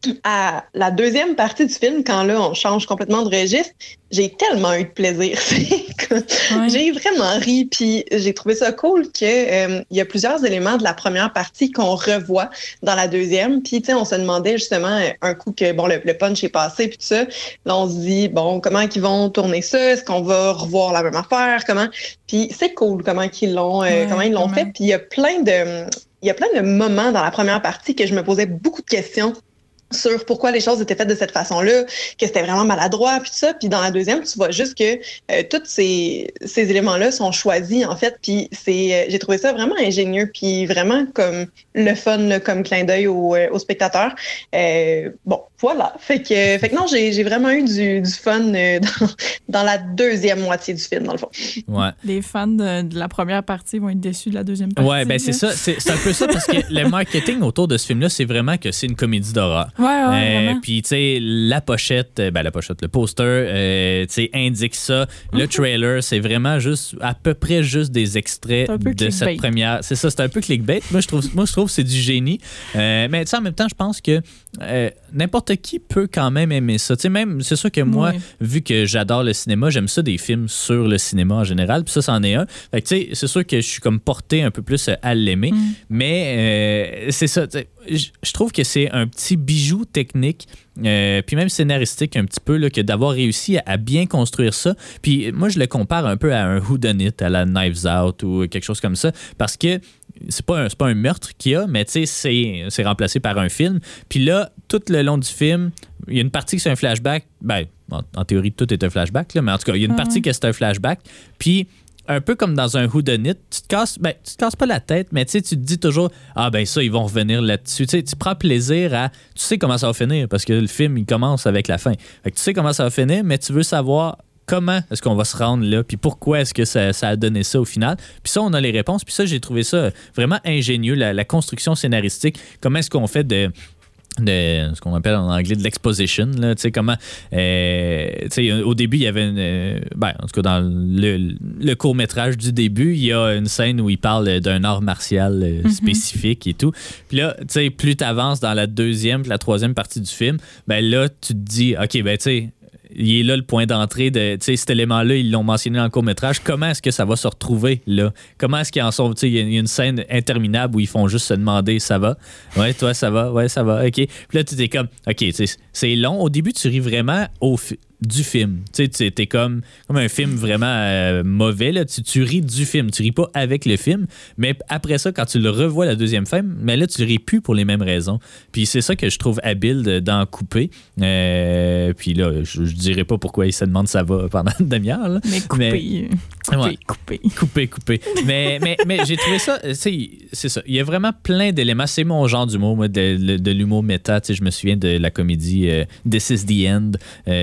à la deuxième partie du film, quand là on change complètement de registre, j'ai tellement eu de plaisir. Ouais. J'ai vraiment ri, puis j'ai trouvé ça cool qu'il euh, y a plusieurs éléments de la première partie qu'on revoit dans la deuxième. Puis, tu sais, on se demandait justement un coup que, bon, le, le punch est passé, puis tout ça. Là, on se dit, bon, comment ils vont tourner ça? Est-ce qu'on va revoir la même affaire? Comment? Puis c'est cool comment ils l'ont, euh, ouais, comment ils l'ont fait. Puis il y a plein de, il y a plein de moments dans la première partie que je me posais beaucoup de questions sur pourquoi les choses étaient faites de cette façon-là, que c'était vraiment maladroit, puis tout ça. Puis dans la deuxième, tu vois juste que euh, tous ces, ces éléments-là sont choisis, en fait. Puis c'est, euh, j'ai trouvé ça vraiment ingénieux, puis vraiment comme le fun, là, comme clin d'œil aux, euh, aux spectateurs. Euh, bon, voilà. Fait que, fait que non, j'ai, j'ai vraiment eu du, du fun euh, dans, dans la deuxième moitié du film, dans le fond. Ouais. Les fans de, de la première partie vont être déçus de la deuxième partie. Ouais, ben c'est ça. C'est, c'est un peu ça, parce que le marketing autour de ce film-là, c'est vraiment que c'est une comédie d'horreur. Ouais, ouais, euh, puis, tu sais, la pochette, ben la pochette, le poster, euh, tu sais, indique ça. Le trailer, c'est vraiment juste, à peu près juste des extraits de cette première. C'est ça, c'est un peu clickbait. Moi, je trouve, moi, je trouve que c'est du génie. Euh, mais, tu sais, en même temps, je pense que euh, n'importe qui peut quand même aimer ça. Tu sais, même, c'est sûr que moi, oui. vu que j'adore le cinéma, j'aime ça des films sur le cinéma en général. Puis ça, c'en est un. Fait que, tu sais, c'est sûr que je suis comme porté un peu plus à l'aimer. Mm. Mais, euh, c'est ça, tu sais, je trouve que c'est un petit bijou technique, euh, puis même scénaristique un petit peu, là, que d'avoir réussi à, à bien construire ça. Puis moi, je le compare un peu à un whodunit, à la Knives Out ou quelque chose comme ça, parce que c'est pas un, c'est pas un meurtre qu'il y a, mais tu sais, c'est, c'est remplacé par un film. Puis là, tout le long du film, il y a une partie qui c'est un flashback. Ben, en, en théorie, tout est un flashback, là, mais en tout cas, il y a une partie que c'est un flashback. Puis un peu comme dans un whodunit, tu te casses, ben, tu te casses pas la tête, mais tu te dis toujours, ah ben ça, ils vont revenir là-dessus. T'sais, tu prends plaisir à, tu sais comment ça va finir, parce que le film, il commence avec la fin. Fait que tu sais comment ça va finir, mais tu veux savoir comment est-ce qu'on va se rendre là, puis pourquoi est-ce que ça, ça a donné ça au final. Puis ça, on a les réponses. Puis ça, j'ai trouvé ça vraiment ingénieux, la, la construction scénaristique. Comment est-ce qu'on fait de... de ce qu'on appelle en anglais de l'exposition, là, tu sais, comment euh, tu sais, au début il y avait une, euh, ben, en tout cas dans le, le court-métrage du début, il y a une scène où il parle d'un art martial euh, mm-hmm. spécifique et tout, puis là, tu sais, plus tu avances dans la deuxième la troisième partie du film, ben là, tu te dis, ok, ben tu sais, il est là le point d'entrée de, tu sais, cet élément-là, ils l'ont mentionné dans le court-métrage. Comment est-ce que ça va se retrouver là? Comment est-ce qu'ils en sont? Tu sais, il y a une scène interminable où ils font juste se demander, ça va? Ouais, toi, ça va? Ouais, ça va. OK. Puis là, tu es comme, OK, c'est long. Au début, tu ris vraiment au fi- du film. Tu sais, t'es comme, comme un film vraiment euh, mauvais. Là. Tu, tu ris du film. Tu ris pas avec le film. Mais après ça, quand tu le revois la deuxième fois, mais là, tu ris plus pour les mêmes raisons. Puis c'est ça que je trouve habile de, d'en couper. Euh, puis là, je, je dirais pas pourquoi il se demande ça va pendant une demi-heure. Là. Mais couper. Mais, couper, ouais, couper. Couper, couper. mais, mais, mais j'ai trouvé ça, c'est, c'est ça. Il y a vraiment plein d'éléments. C'est mon genre d'humour, moi, de, de, de l'humour méta. Je me souviens de la comédie euh, This is the End, euh,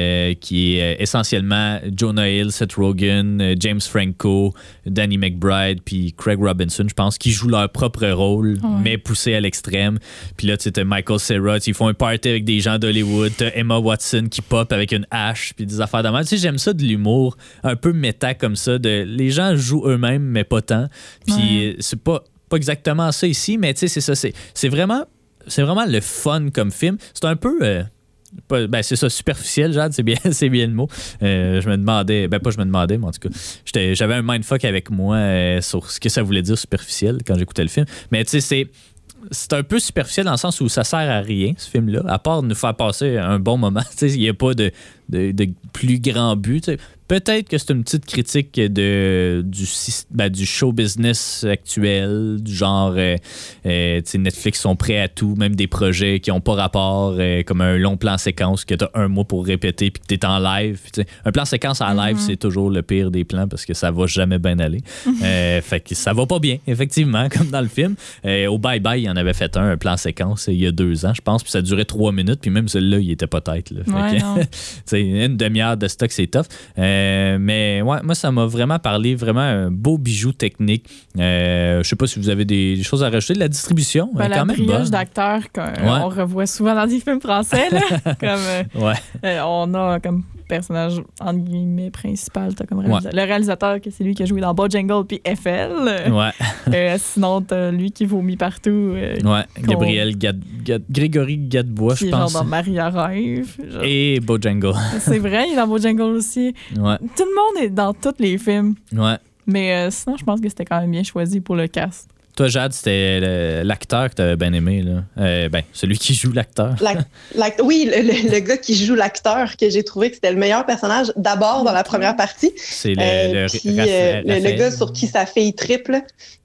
qui est euh, essentiellement Jonah Hill, Seth Rogen, euh, James Franco, Danny McBride, puis Craig Robinson, je pense, qui jouent leur propre rôle, ouais. mais poussés à l'extrême. Puis là, tu sais, Michael Cera, ils font un party avec des gens d'Hollywood, t'as Emma Watson qui pop avec une hache, puis des affaires de mal. Tu sais, j'aime ça de l'humour, un peu méta comme ça, de les gens jouent eux-mêmes, mais pas tant. Puis ouais. c'est pas, pas exactement ça ici, mais tu sais, c'est ça, c'est, c'est vraiment... C'est vraiment le fun comme film. C'est un peu... Euh, pas, ben c'est ça, superficiel, Jade, c'est bien, c'est bien le mot. Euh, je me demandais... Ben pas je me demandais, mais en tout cas, j'étais, j'avais un mindfuck avec moi euh, sur ce que ça voulait dire superficiel quand j'écoutais le film. Mais tu sais, c'est... C'est un peu superficiel dans le sens où ça sert à rien, ce film-là, à part nous faire passer un bon moment. Il n'y a pas de, de, de plus grand but. T'sais. Peut-être que c'est une petite critique de, du, ben, du show business actuel, du genre euh, euh, Netflix sont prêts à tout, même des projets qui n'ont pas rapport, euh, comme un long plan séquence que tu as un mois pour répéter puis que tu es en live. T'sais. Un plan séquence en live, mm-hmm. c'est toujours le pire des plans parce que ça va jamais bien aller. Mm-hmm. Euh, fait que ça va pas bien, effectivement, comme dans le film. Euh, au Bye Bye, il y en avait fait un, un plan séquence il y a deux ans, je pense, puis ça durait trois minutes, puis même celui-là, il était pas tête. Là. Fait ouais, que, une demi-heure de stock, c'est tough. Euh, mais ouais, moi, ça m'a vraiment parlé, vraiment un beau bijou technique. Euh, je sais pas si vous avez des choses à rajouter. La distribution, ben, est quand même bonne. La brioche d'acteurs qu'on ouais. revoit souvent dans des films français. Là, comme, euh, ouais. euh, on a comme personnage, entre guillemets, principal. T'as comme réalisa- ouais. le réalisateur, que c'est lui qui a joué dans Bojangles puis F L. Ouais. Euh, sinon, t'as lui qui vomit partout. Euh, ouais, Gabriel Gad, Gad, Grégory Gadebois, je pense. Genre dans Maria Rêve. Genre. Et Bojangles. C'est vrai, il est dans Bojangles aussi. Ouais. Tout le monde est dans tous les films. Ouais. Mais euh, sinon, je pense que c'était quand même bien choisi pour le cast. Toi, Jade, c'était le, l'acteur que tu avais bien aimé. Là. Euh, ben, celui qui joue l'acteur. L'act, l'act, oui, le, le, le gars qui joue l'acteur, que j'ai trouvé que c'était le meilleur personnage, d'abord dans la première partie. C'est le, euh, le, puis, Raph, euh, le, le gars sur qui sa fille triple,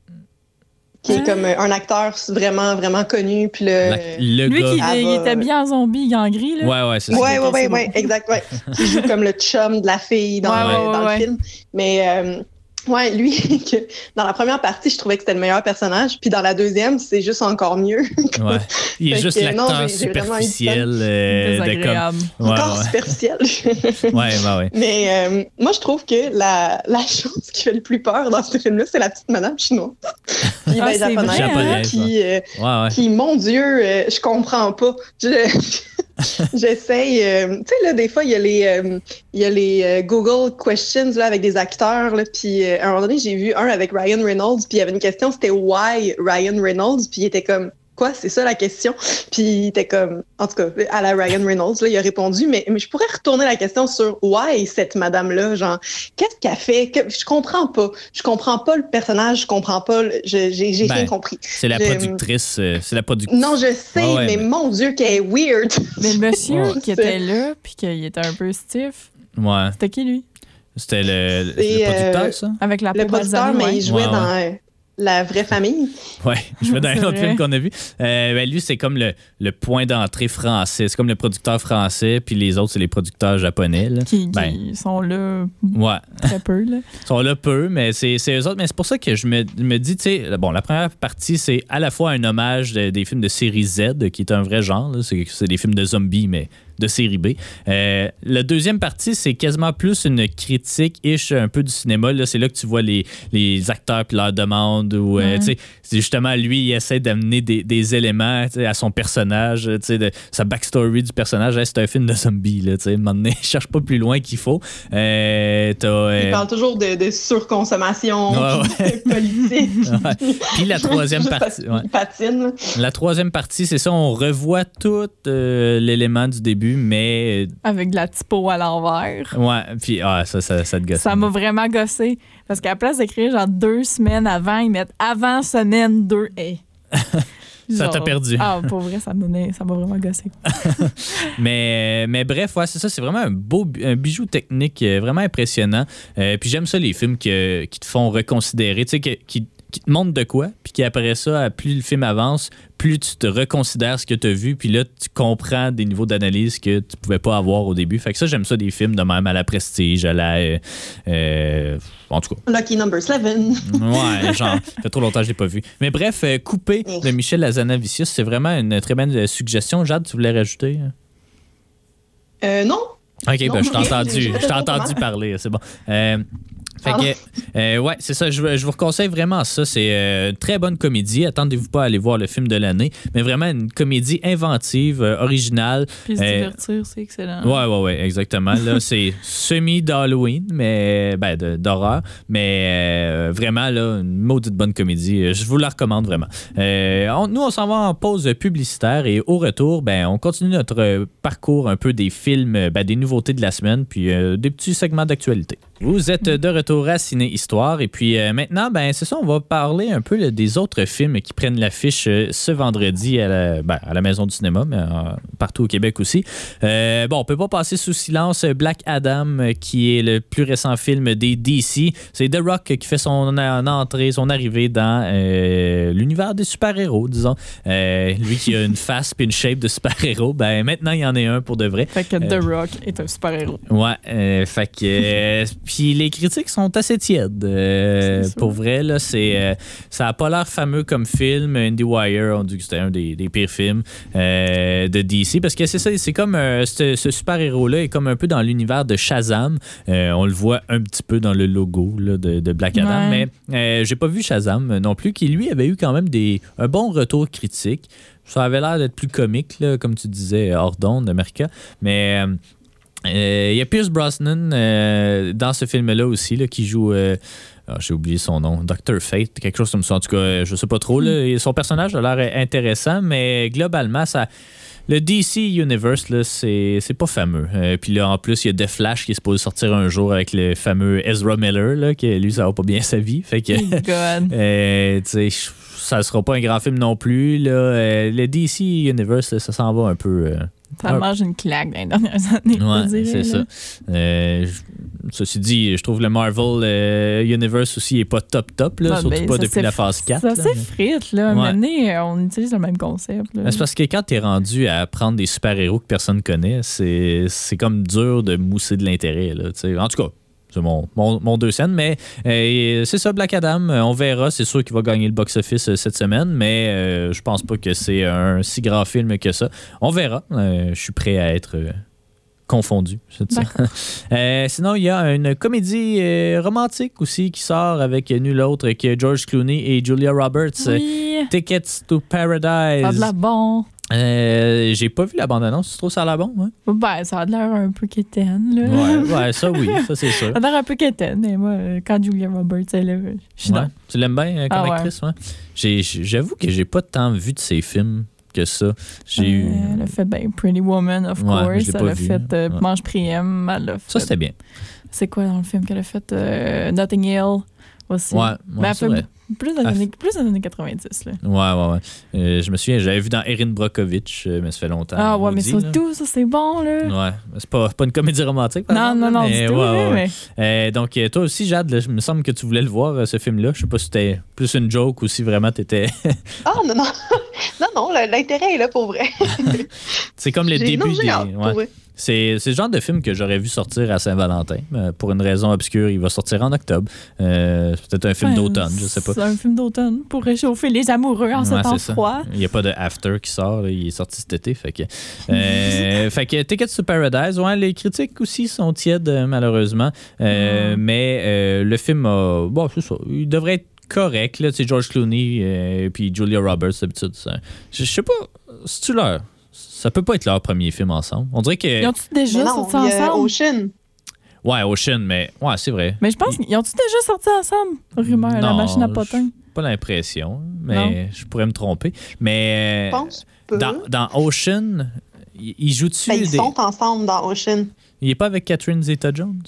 qui est comme un acteur vraiment, vraiment connu. Puis le, La, le lui, gars... qui il, il était bien en zombie, en gris. Là. Ouais, ouais, c'est ça. Ouais, ouais, ouais, ouais, exact. Ouais. Qui joue comme le chum de la fille dans, ouais, ouais, dans ouais, le film. Mais... Euh, ouais, lui, que dans la première partie, je trouvais que c'était le meilleur personnage. Puis dans la deuxième, c'est juste encore mieux. Ouais. Il est juste que, l'acteur non, j'ai, j'ai superficiel. Euh, Désagréable. De comme... ouais, encore ouais. superficiel. ouais, bah ouais. Mais euh, moi, je trouve que la, la chose qui fait le plus peur dans ce film-là, c'est la petite madame chinoise. Puis ah, ben, japonaise, japonaise qui, euh, ouais, ouais. qui, mon Dieu, euh, je comprends pas. Je... J'essaye. Euh, tu sais, là, des fois, il y a les, euh, il y a les euh, Google Questions là, avec des acteurs. Là, puis, euh, à un moment donné, j'ai vu un avec Ryan Reynolds. Puis, il y avait une question, c'était Why Ryan Reynolds? Puis, il était comme, quoi? C'est ça la question? Puis, il était comme, en tout cas, à la Ryan Reynolds, là, il a répondu. Mais, mais je pourrais retourner la question sur Why cette madame-là? Genre, qu'est-ce qu'elle fait? Que, je comprends pas. Je comprends pas le personnage. Je comprends pas. Le, je, j'ai j'ai ben, rien compris. C'est la je, productrice. Euh, c'est la productrice. Non, je sais, oh, ouais, mais, mais mon Dieu, qu'elle est weird. Mais le monsieur ouais. qui était là, puis qu'il était un peu stiff. Ouais. C'était qui, lui? C'était le, le producteur, euh, ça? Avec la Le producteur, mais ouais. il jouait ouais, dans ouais. euh, La Vraie Famille. Oui, je jouais dans un autre vrai. film qu'on a vu. Euh, ben, lui, c'est comme le, le point d'entrée français. C'est comme le producteur français, puis les autres, c'est les producteurs japonais. Là. Qui, ben, qui sont là ouais. très peu. Là. Ils sont là peu, mais c'est, c'est eux autres. Mais c'est pour ça que je me, me dis, tu sais, bon, la première partie, c'est à la fois un hommage de, des films de série Z, qui est un vrai genre. Là. C'est, c'est des films de zombies, mais de série B. Euh, la deuxième partie, c'est quasiment plus une critique-ish un peu du cinéma. Là, c'est là que tu vois les, les acteurs puis leurs demandes. Ou, ouais. euh, c'est justement, lui, il essaie d'amener des, des éléments à son personnage, de sa backstory du personnage. Hey, c'est un film de zombies. Là, maintenant, il cherche pas plus loin qu'il faut. Euh, euh... Il parle toujours de, de surconsommation ouais, ouais. politique. Ouais. Puis la troisième partie... Ouais. Patine. La troisième partie, c'est ça, on revoit tout euh, l'élément du début, mais... Avec de la typo à l'envers. Ouais, puis ah, ça, ça, ça te gosse. Ça m'a vraiment gossé. Parce qu'à la place d'écrire genre deux semaines avant, ils mettent avant semaine deux. Hey. Ça genre, t'a perdu. Ah, pour vrai, ça m'a, ça m'a vraiment gossé. mais, mais bref, ouais, c'est ça. C'est vraiment un beau un bijou technique, vraiment impressionnant. Euh, puis j'aime ça, les films que, qui te font reconsidérer, tu sais, qui, qui qui te montre de quoi, puis qu'après ça, plus le film avance, plus tu te reconsidères ce que tu as vu, puis là, tu comprends des niveaux d'analyse que tu pouvais pas avoir au début. Fait que ça, j'aime ça, des films de même à la Prestige, à la... Euh, euh, en tout cas. Lucky Number Seven. Ouais, genre, ça fait trop longtemps que je l'ai pas vu. Mais bref, euh, Coupé de Michel Hazanavicius, c'est vraiment une très bonne suggestion. Jade, tu voulais rajouter? Euh, non. OK, ben, je t'ai entendu, je t'ai entendu parler, c'est bon. Euh, Fait que, euh, ouais, c'est ça. Je, je vous conseille vraiment ça. C'est euh, une très bonne comédie. Attendez-vous pas à aller voir le film de l'année, mais vraiment une comédie inventive, euh, originale. Puis se euh, divertir, c'est excellent. Ouais, ouais, ouais, exactement. Là, c'est semi d'Halloween, mais ben, de, d'horreur, mais euh, vraiment là, une maudite bonne comédie. Je vous la recommande vraiment. Euh, on, nous, on s'en va en pause publicitaire et au retour, ben, on continue notre parcours un peu des films, ben, des nouveautés de la semaine, puis euh, des petits segments d'actualité. Vous êtes de retour à Ciné Histoire et puis euh, maintenant, ben c'est ça, on va parler un peu là, des autres films qui prennent l'affiche euh, ce vendredi à la, ben, à la Maison du cinéma, mais euh, partout au Québec aussi. Euh, bon, on peut pas passer sous silence Black Adam, euh, qui est le plus récent film des D C. C'est The Rock qui fait son en entrée, son arrivée dans euh, l'univers des super-héros, disons. Euh, lui qui a une face puis une shape de super-héros, ben maintenant il y en a un pour de vrai. Fait que euh, The Rock est un super-héros. Ouais, euh, fait que... Euh, puis les critiques sont assez tièdes. Euh, pour vrai, là, c'est, euh, ça n'a pas l'air fameux comme film. IndieWire ont dit que c'était un des, des pires films euh, de D C. Parce que c'est ça, c'est comme euh, ce, ce super-héros-là est comme un peu dans l'univers de Shazam. Euh, on le voit un petit peu dans le logo là, de, de Black Adam. Ouais. Mais euh, j'ai pas vu Shazam non plus, qui lui avait eu quand même des, un bon retour critique. Ça avait l'air d'être plus comique, là, comme tu disais, hors d'onde, America. Mais... Euh, Il euh, y a Pierce Brosnan euh, dans ce film-là aussi, là, qui joue... Euh, oh, j'ai oublié son nom. docteur Fate, quelque chose comme ça. En tout cas, je sais pas trop. Là. Son personnage a l'air intéressant, mais globalement, ça... Le D C Universe, là, c'est, c'est pas fameux. Euh, Puis là, en plus, il y a The Flash qui est supposé sortir un jour avec le fameux Ezra Miller, là, qui lui, ça va pas bien sa vie. Fait que... Oh euh, tu sais, ça sera pas un grand film non plus. Là. Euh, le D C Universe, là, ça s'en va un peu... Euh, Ça mange une claque dans les dernières années. Ouais, dire, c'est là. ça. Euh, ceci dit, je trouve le Marvel euh, Universe aussi n'est pas top top, là, Ah, surtout ben, pas ça depuis s'est- la phase quatre. Ça là, c'est mais- frite, là. Ouais. Maintenant, on utilise le même concept. Là. Mais c'est parce que quand t'es rendu à prendre des super-héros que personne connaît, c'est, c'est comme dur de mousser de l'intérêt. Là, tu sais. En tout cas, c'est mon, mon, mon deux scènes, mais euh, c'est ça, Black Adam. euh, On verra. C'est sûr qu'il va gagner le box-office euh, cette semaine, mais euh, je pense pas que c'est un si grand film que ça. On verra. Euh, je suis prêt à être euh, confondu. C'est ça. Euh, sinon, il y a une comédie euh, romantique aussi qui sort avec nul autre que George Clooney et Julia Roberts. Oui. Tickets to Paradise. Ça a de l'air bon. Euh, j'ai pas vu la bande-annonce. Tu trouves ça a l'air bon? Hein? Ben, ça a de l'air un peu quétaine, là. Ouais, ouais, ça oui, ça c'est sûr. Ça a l'air un peu quétaine, mais moi, euh, quand Julia Roberts est là, je suis Ouais. dans. Tu l'aimes bien euh, comme Ah ouais. actrice? Ouais. J'ai, j'avoue que j'ai pas tant vu de ses films que ça. J'ai eu... Euh, elle a fait ben, Pretty Woman, of Ouais, mais course. je l'ai Elle pas a vu. fait euh, Ouais. Mange Priem. Elle a fait... Ça, c'était bien. C'est quoi dans le film qu'elle a fait? Euh, Notting Hill aussi. Ouais, ouais, Mais elle c'est fait vrai. plus dans, les Elle années, plus dans les années quatre-vingt-dix. Là. Ouais, ouais, ouais. Euh, je me souviens, j'avais vu dans Erin Brockovich, euh, mais ça fait longtemps. Ah ouais, mais maudit, ça là. tout, ça c'est bon, là. Ouais, c'est pas, pas une comédie romantique. par Non, exemple, non, là, non, mais du tout, ouais, là, ouais, ouais. mais- Euh, donc, euh, toi aussi, Jade, là, il me semble que tu voulais le voir, euh, ce film-là. Je sais pas si c'était plus une joke ou si vraiment t'étais. Ah, non, non. non, non, le- l'intérêt est là pour vrai. C'est comme le J'ai- début non, j'ai des. hâte, pour ouais. vrai. C'est, c'est le genre de film que j'aurais vu sortir à Saint-Valentin. Euh, pour une raison obscure, il va sortir en octobre. Euh, c'est peut-être un film Ouais, d'automne, je sais pas. C'est un film d'automne pour réchauffer les amoureux en ce Ouais, temps c'est ça. froid. Il n'y a pas de After qui sort, là. Il est sorti cet été. Fait que, euh, fait que Tickets to Paradise, ouais, les critiques aussi sont tièdes, euh, malheureusement. Euh, Mm. Mais euh, le film, a, bon, c'est ça, il devrait être correct. Là. C'est George Clooney et puis Julia Roberts, d'habitude. ça- Je je sais pas, c'est-tu leur... Ça peut pas être leur premier film ensemble. On dirait que... Ils ont-tu Mais déjà non, sorti il y a ensemble? Ocean. Ouais, Ocean, mais... Ouais, c'est vrai. Mais je pense qu'ils ont-tu déjà sorti ensemble? Rumeur, la Non, machine à potin. j'ai pas l'impression, mais je pourrais me tromper. Mais Je pense pas. dans, dans Ocean, il il joue-tu... Ben, ils des- sont ensemble dans Ocean. Il est pas avec Catherine Zeta-Jones?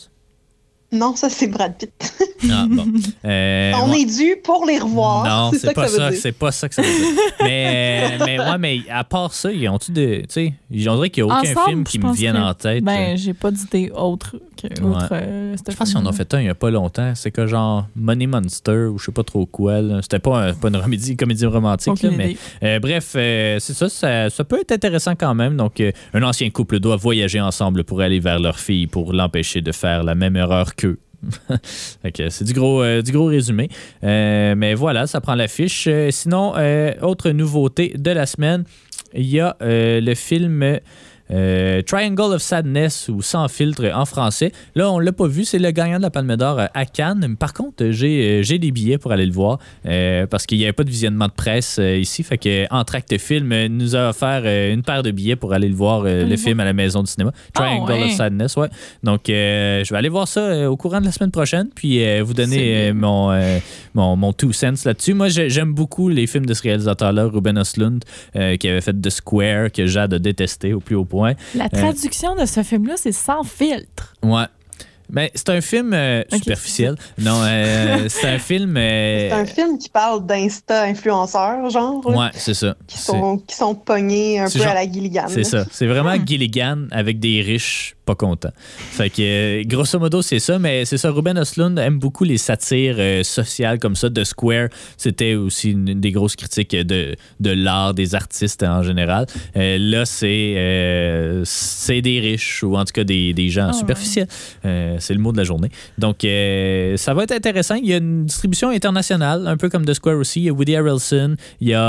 Non, ça, c'est Brad Pitt. Ah, bon. Euh, On ouais. est dû pour les revoir. Non, c'est, c'est, ça pas que ça ça. veut dire. C'est pas ça que ça veut dire. mais, mais, ouais, mais à part ça, ils ont-tu de. Tu sais, on dirait qu'il n'y a aucun Ensemble, film qui je me pense vienne que- en tête. Ben, j'ai pas d'idée autre que Ouais. autre, euh, ce Je pense qu'ils en film-là. ont fait un il n'y a pas longtemps. C'est que genre Money Monster ou je sais pas trop quoi. Là. C'était pas, un- pas une comédie, comédie romantique. Aucune Là, mais idée. euh, bref, euh, c'est ça, ça. Ça peut être intéressant quand même. Donc, euh, un ancien couple doit voyager ensemble pour aller vers leur fille pour l'empêcher de faire la même erreur qu'eux. Fait que c'est du gros, euh, du gros résumé. Euh, mais voilà, ça prend l'affiche. Euh, sinon, euh, autre nouveauté de la semaine, il y a euh, le film euh, Triangle of Sadness ou Sans filtre en français. Là, on l'a pas vu, c'est le gagnant de la Palme d'Or à Cannes. Par contre, j'ai, j'ai des billets pour aller le voir euh, parce qu'il n'y avait pas de visionnement de presse euh, ici. Fait que Entracte Film nous a offert euh, une paire de billets pour aller le voir, euh, le film à la maison du cinéma. Triangle oh, ouais. of Sadness, ouais. Donc, euh, je vais aller voir ça euh, au courant de la semaine prochaine, puis euh, vous donner euh, mon, euh, mon, mon two cents là-dessus. Moi, j'aime beaucoup les films de ce réalisateur-là, Ruben Östlund, euh, qui avait fait The Square, que Jade a détesté au plus haut point. La traduction euh, de ce film-là, c'est Sans filtre. Ouais. Ben, c'est un film euh, okay. superficiel. Non, euh, c'est un film... Euh... C'est un film qui parle d'insta-influenceurs, genre. Ouais, c'est ça. Qui sont, qui sont pognés un peu genre, à la Gilligan. C'est ça. C'est vraiment hmm. Gilligan avec des riches pas contents. Fait que, euh, grosso modo, c'est ça. Mais c'est ça, Ruben Östlund aime beaucoup les satires euh, sociales comme ça. The Square, c'était aussi une des grosses critiques de, de l'art, des artistes en général. Euh, là, c'est, euh, c'est des riches, ou en tout cas des, des gens oh, superficiels. Ouais. Euh, c'est le mot de la journée. Donc, euh, ça va être intéressant. Il y a une distribution internationale, un peu comme The Square aussi. Il y a Woody Harrelson, il y a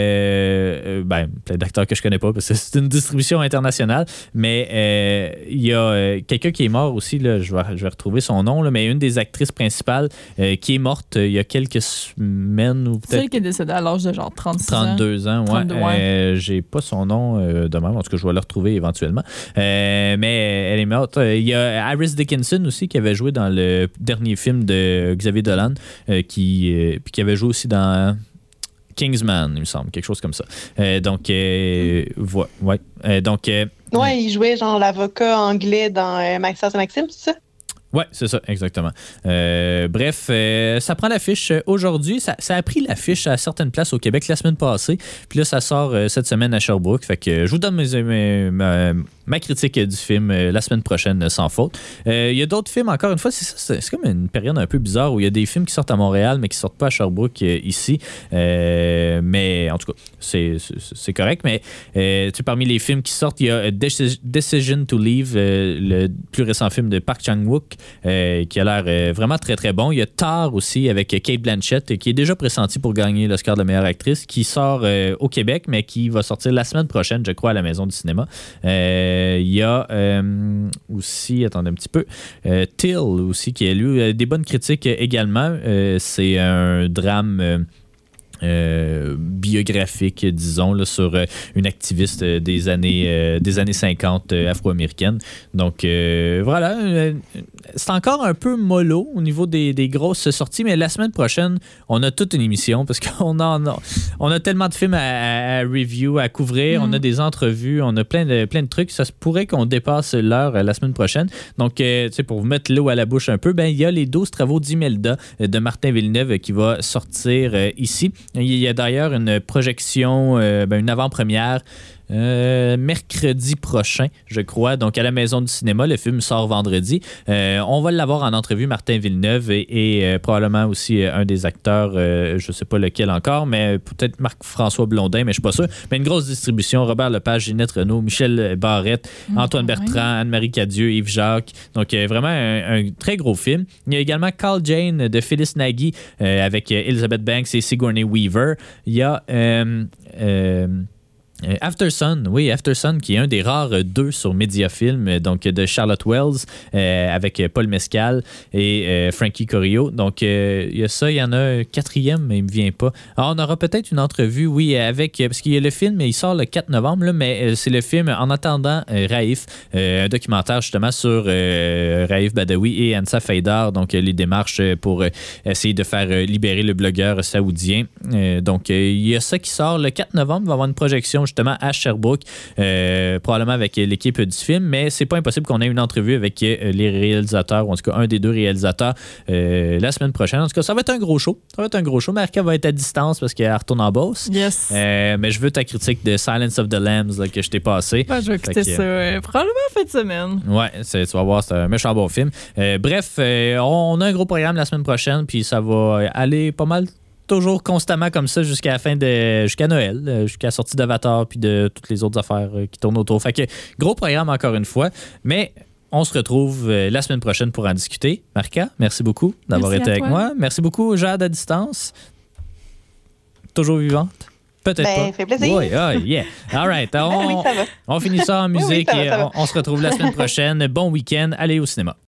euh, ben, plein d'acteurs que je connais pas parce que c'est une distribution internationale, mais euh, il y a euh, quelqu'un qui est mort aussi, là, je, vais, je vais retrouver son nom, là, mais une des actrices principales euh, qui est morte euh, il y a quelques semaines ou peut-être... Celle qui est décédée à l'âge de genre trente-six trente-deux ans. trente-deux ans, ouais. Euh, j'ai pas son nom euh, de même, en tout cas, je vais le retrouver éventuellement. Euh, mais elle est morte. Il y a Iris Dickinson aussi qui avait joué dans le dernier film de Xavier Dolan, euh, qui, euh, puis qui avait joué aussi dans... Kingsman, il me semble, quelque chose comme ça. Euh, donc, euh, ouais, ouais. Euh, donc, euh, ouais, il jouait genre l'avocat anglais dans euh, Maxence et Maxime, c'est ça? Oui, c'est ça, exactement. Euh, bref, euh, ça prend l'affiche aujourd'hui. Ça, ça a pris l'affiche à certaines places au Québec la semaine passée. Puis là, ça sort euh, cette semaine à Sherbrooke. Fait que euh, je vous donne mes, mes, ma, ma critique du film euh, la semaine prochaine, sans faute. Il euh, y a d'autres films, encore une fois, c'est, c'est, c'est comme une période un peu bizarre où il y a des films qui sortent à Montréal, mais qui ne sortent pas à Sherbrooke euh, ici. Euh, mais en tout cas, c'est, c'est, c'est correct. Mais euh, tu sais, parmi les films qui sortent, il y a Decision to Leave, euh, le plus récent film de Park Chan-wook, Euh, qui a l'air euh, vraiment très très bon. Il y a Tar aussi avec Cate Blanchett qui est déjà pressentie pour gagner l'Oscar de la meilleure actrice, qui sort euh, au Québec mais qui va sortir la semaine prochaine, je crois, à la Maison du cinéma. Euh, il y a euh, aussi, attendez un petit peu, euh, Till aussi qui a lu des bonnes critiques également. Euh, c'est un drame... Euh, Euh, biographique, disons, là, sur euh, une activiste des années, euh, des années cinquante euh, afro-américaine. Donc, euh, voilà. Euh, c'est encore un peu mollo au niveau des, des grosses sorties, mais la semaine prochaine, on a toute une émission parce qu'on en a, on a tellement de films à, à review, à couvrir, mm. on a des entrevues, on a plein de, plein de trucs. Ça se pourrait qu'on dépasse l'heure euh, la semaine prochaine. Donc, euh, tu sais, pour vous mettre l'eau à la bouche un peu, ben, il y a les douze travaux d'Imelda euh, de Martin Villeneuve qui va sortir euh, ici. Il y a d'ailleurs une projection, euh, ben une avant-première euh, mercredi prochain, je crois. Donc, à la Maison du cinéma, le film sort vendredi. Euh, on va l'avoir en entrevue, Martin Villeneuve, et, et euh, probablement aussi euh, un des acteurs, euh, je ne sais pas lequel encore, mais peut-être Marc-François Blondin, mais je ne suis pas sûr. Mais une grosse distribution, Robert Lepage, Ginette Renault, Michel Barrette, mmh, Antoine Bertrand, ouais. Anne-Marie Cadieux, Yves Jacques. Donc, euh, vraiment un, un très gros film. Il y a également Call Jane de Phyllis Nagy euh, avec Elizabeth Banks et Sigourney Weaver. Il y a... Euh, euh, Aftersun, oui, Aftersun, qui est un des rares deux sur Mediafilm, donc de Charlotte Wells, euh, avec Paul Mescal et euh, Frankie Corio. Donc, euh, il y a ça, il y en a un quatrième, mais il ne me vient pas. Alors, on aura peut-être une entrevue, oui, avec, parce qu'il y a le film, il sort le quatre novembre, là, mais euh, c'est le film En attendant euh, Raif, euh, un documentaire justement sur euh, Raif Badawi et Ansa Faidar, donc euh, les démarches pour euh, essayer de faire euh, libérer le blogueur saoudien. Euh, donc, euh, il y a ça qui sort le quatre novembre, il va y avoir une projection justement à Sherbrooke, euh, probablement avec l'équipe du film, mais c'est pas impossible qu'on ait une entrevue avec euh, les réalisateurs, ou en tout cas un des deux réalisateurs euh, la semaine prochaine. En tout cas, ça va être un gros show. Ça va être un gros show. Marca va être à distance parce qu'elle retourne en Beauce. Yes. Euh, mais je veux ta critique de Silence of the Lambs là, que je t'ai passé. Ouais, je vais écouter ça. Euh, probablement en fin de semaine. Ouais, c'est, tu vas voir, c'est un méchant bon film. Euh, bref, euh, on a un gros programme la semaine prochaine, puis ça va aller pas mal toujours constamment comme ça jusqu'à la fin de jusqu'à Noël, jusqu'à la sortie d'Avatar puis de toutes les autres affaires qui tournent autour. Fait que gros programme encore une fois, mais on se retrouve la semaine prochaine pour en discuter. Marca, merci beaucoup d'avoir merci été avec moi. Merci beaucoup Jade à distance. Toujours vivante. Peut-être ben, pas. fait plaisir. Oui, oh, yeah. All right. On, ben oui, ça va. on finit ça en musique oui, oui, ça va, et ça va. on, on se retrouve la semaine prochaine. Bon week-end. Allez au cinéma.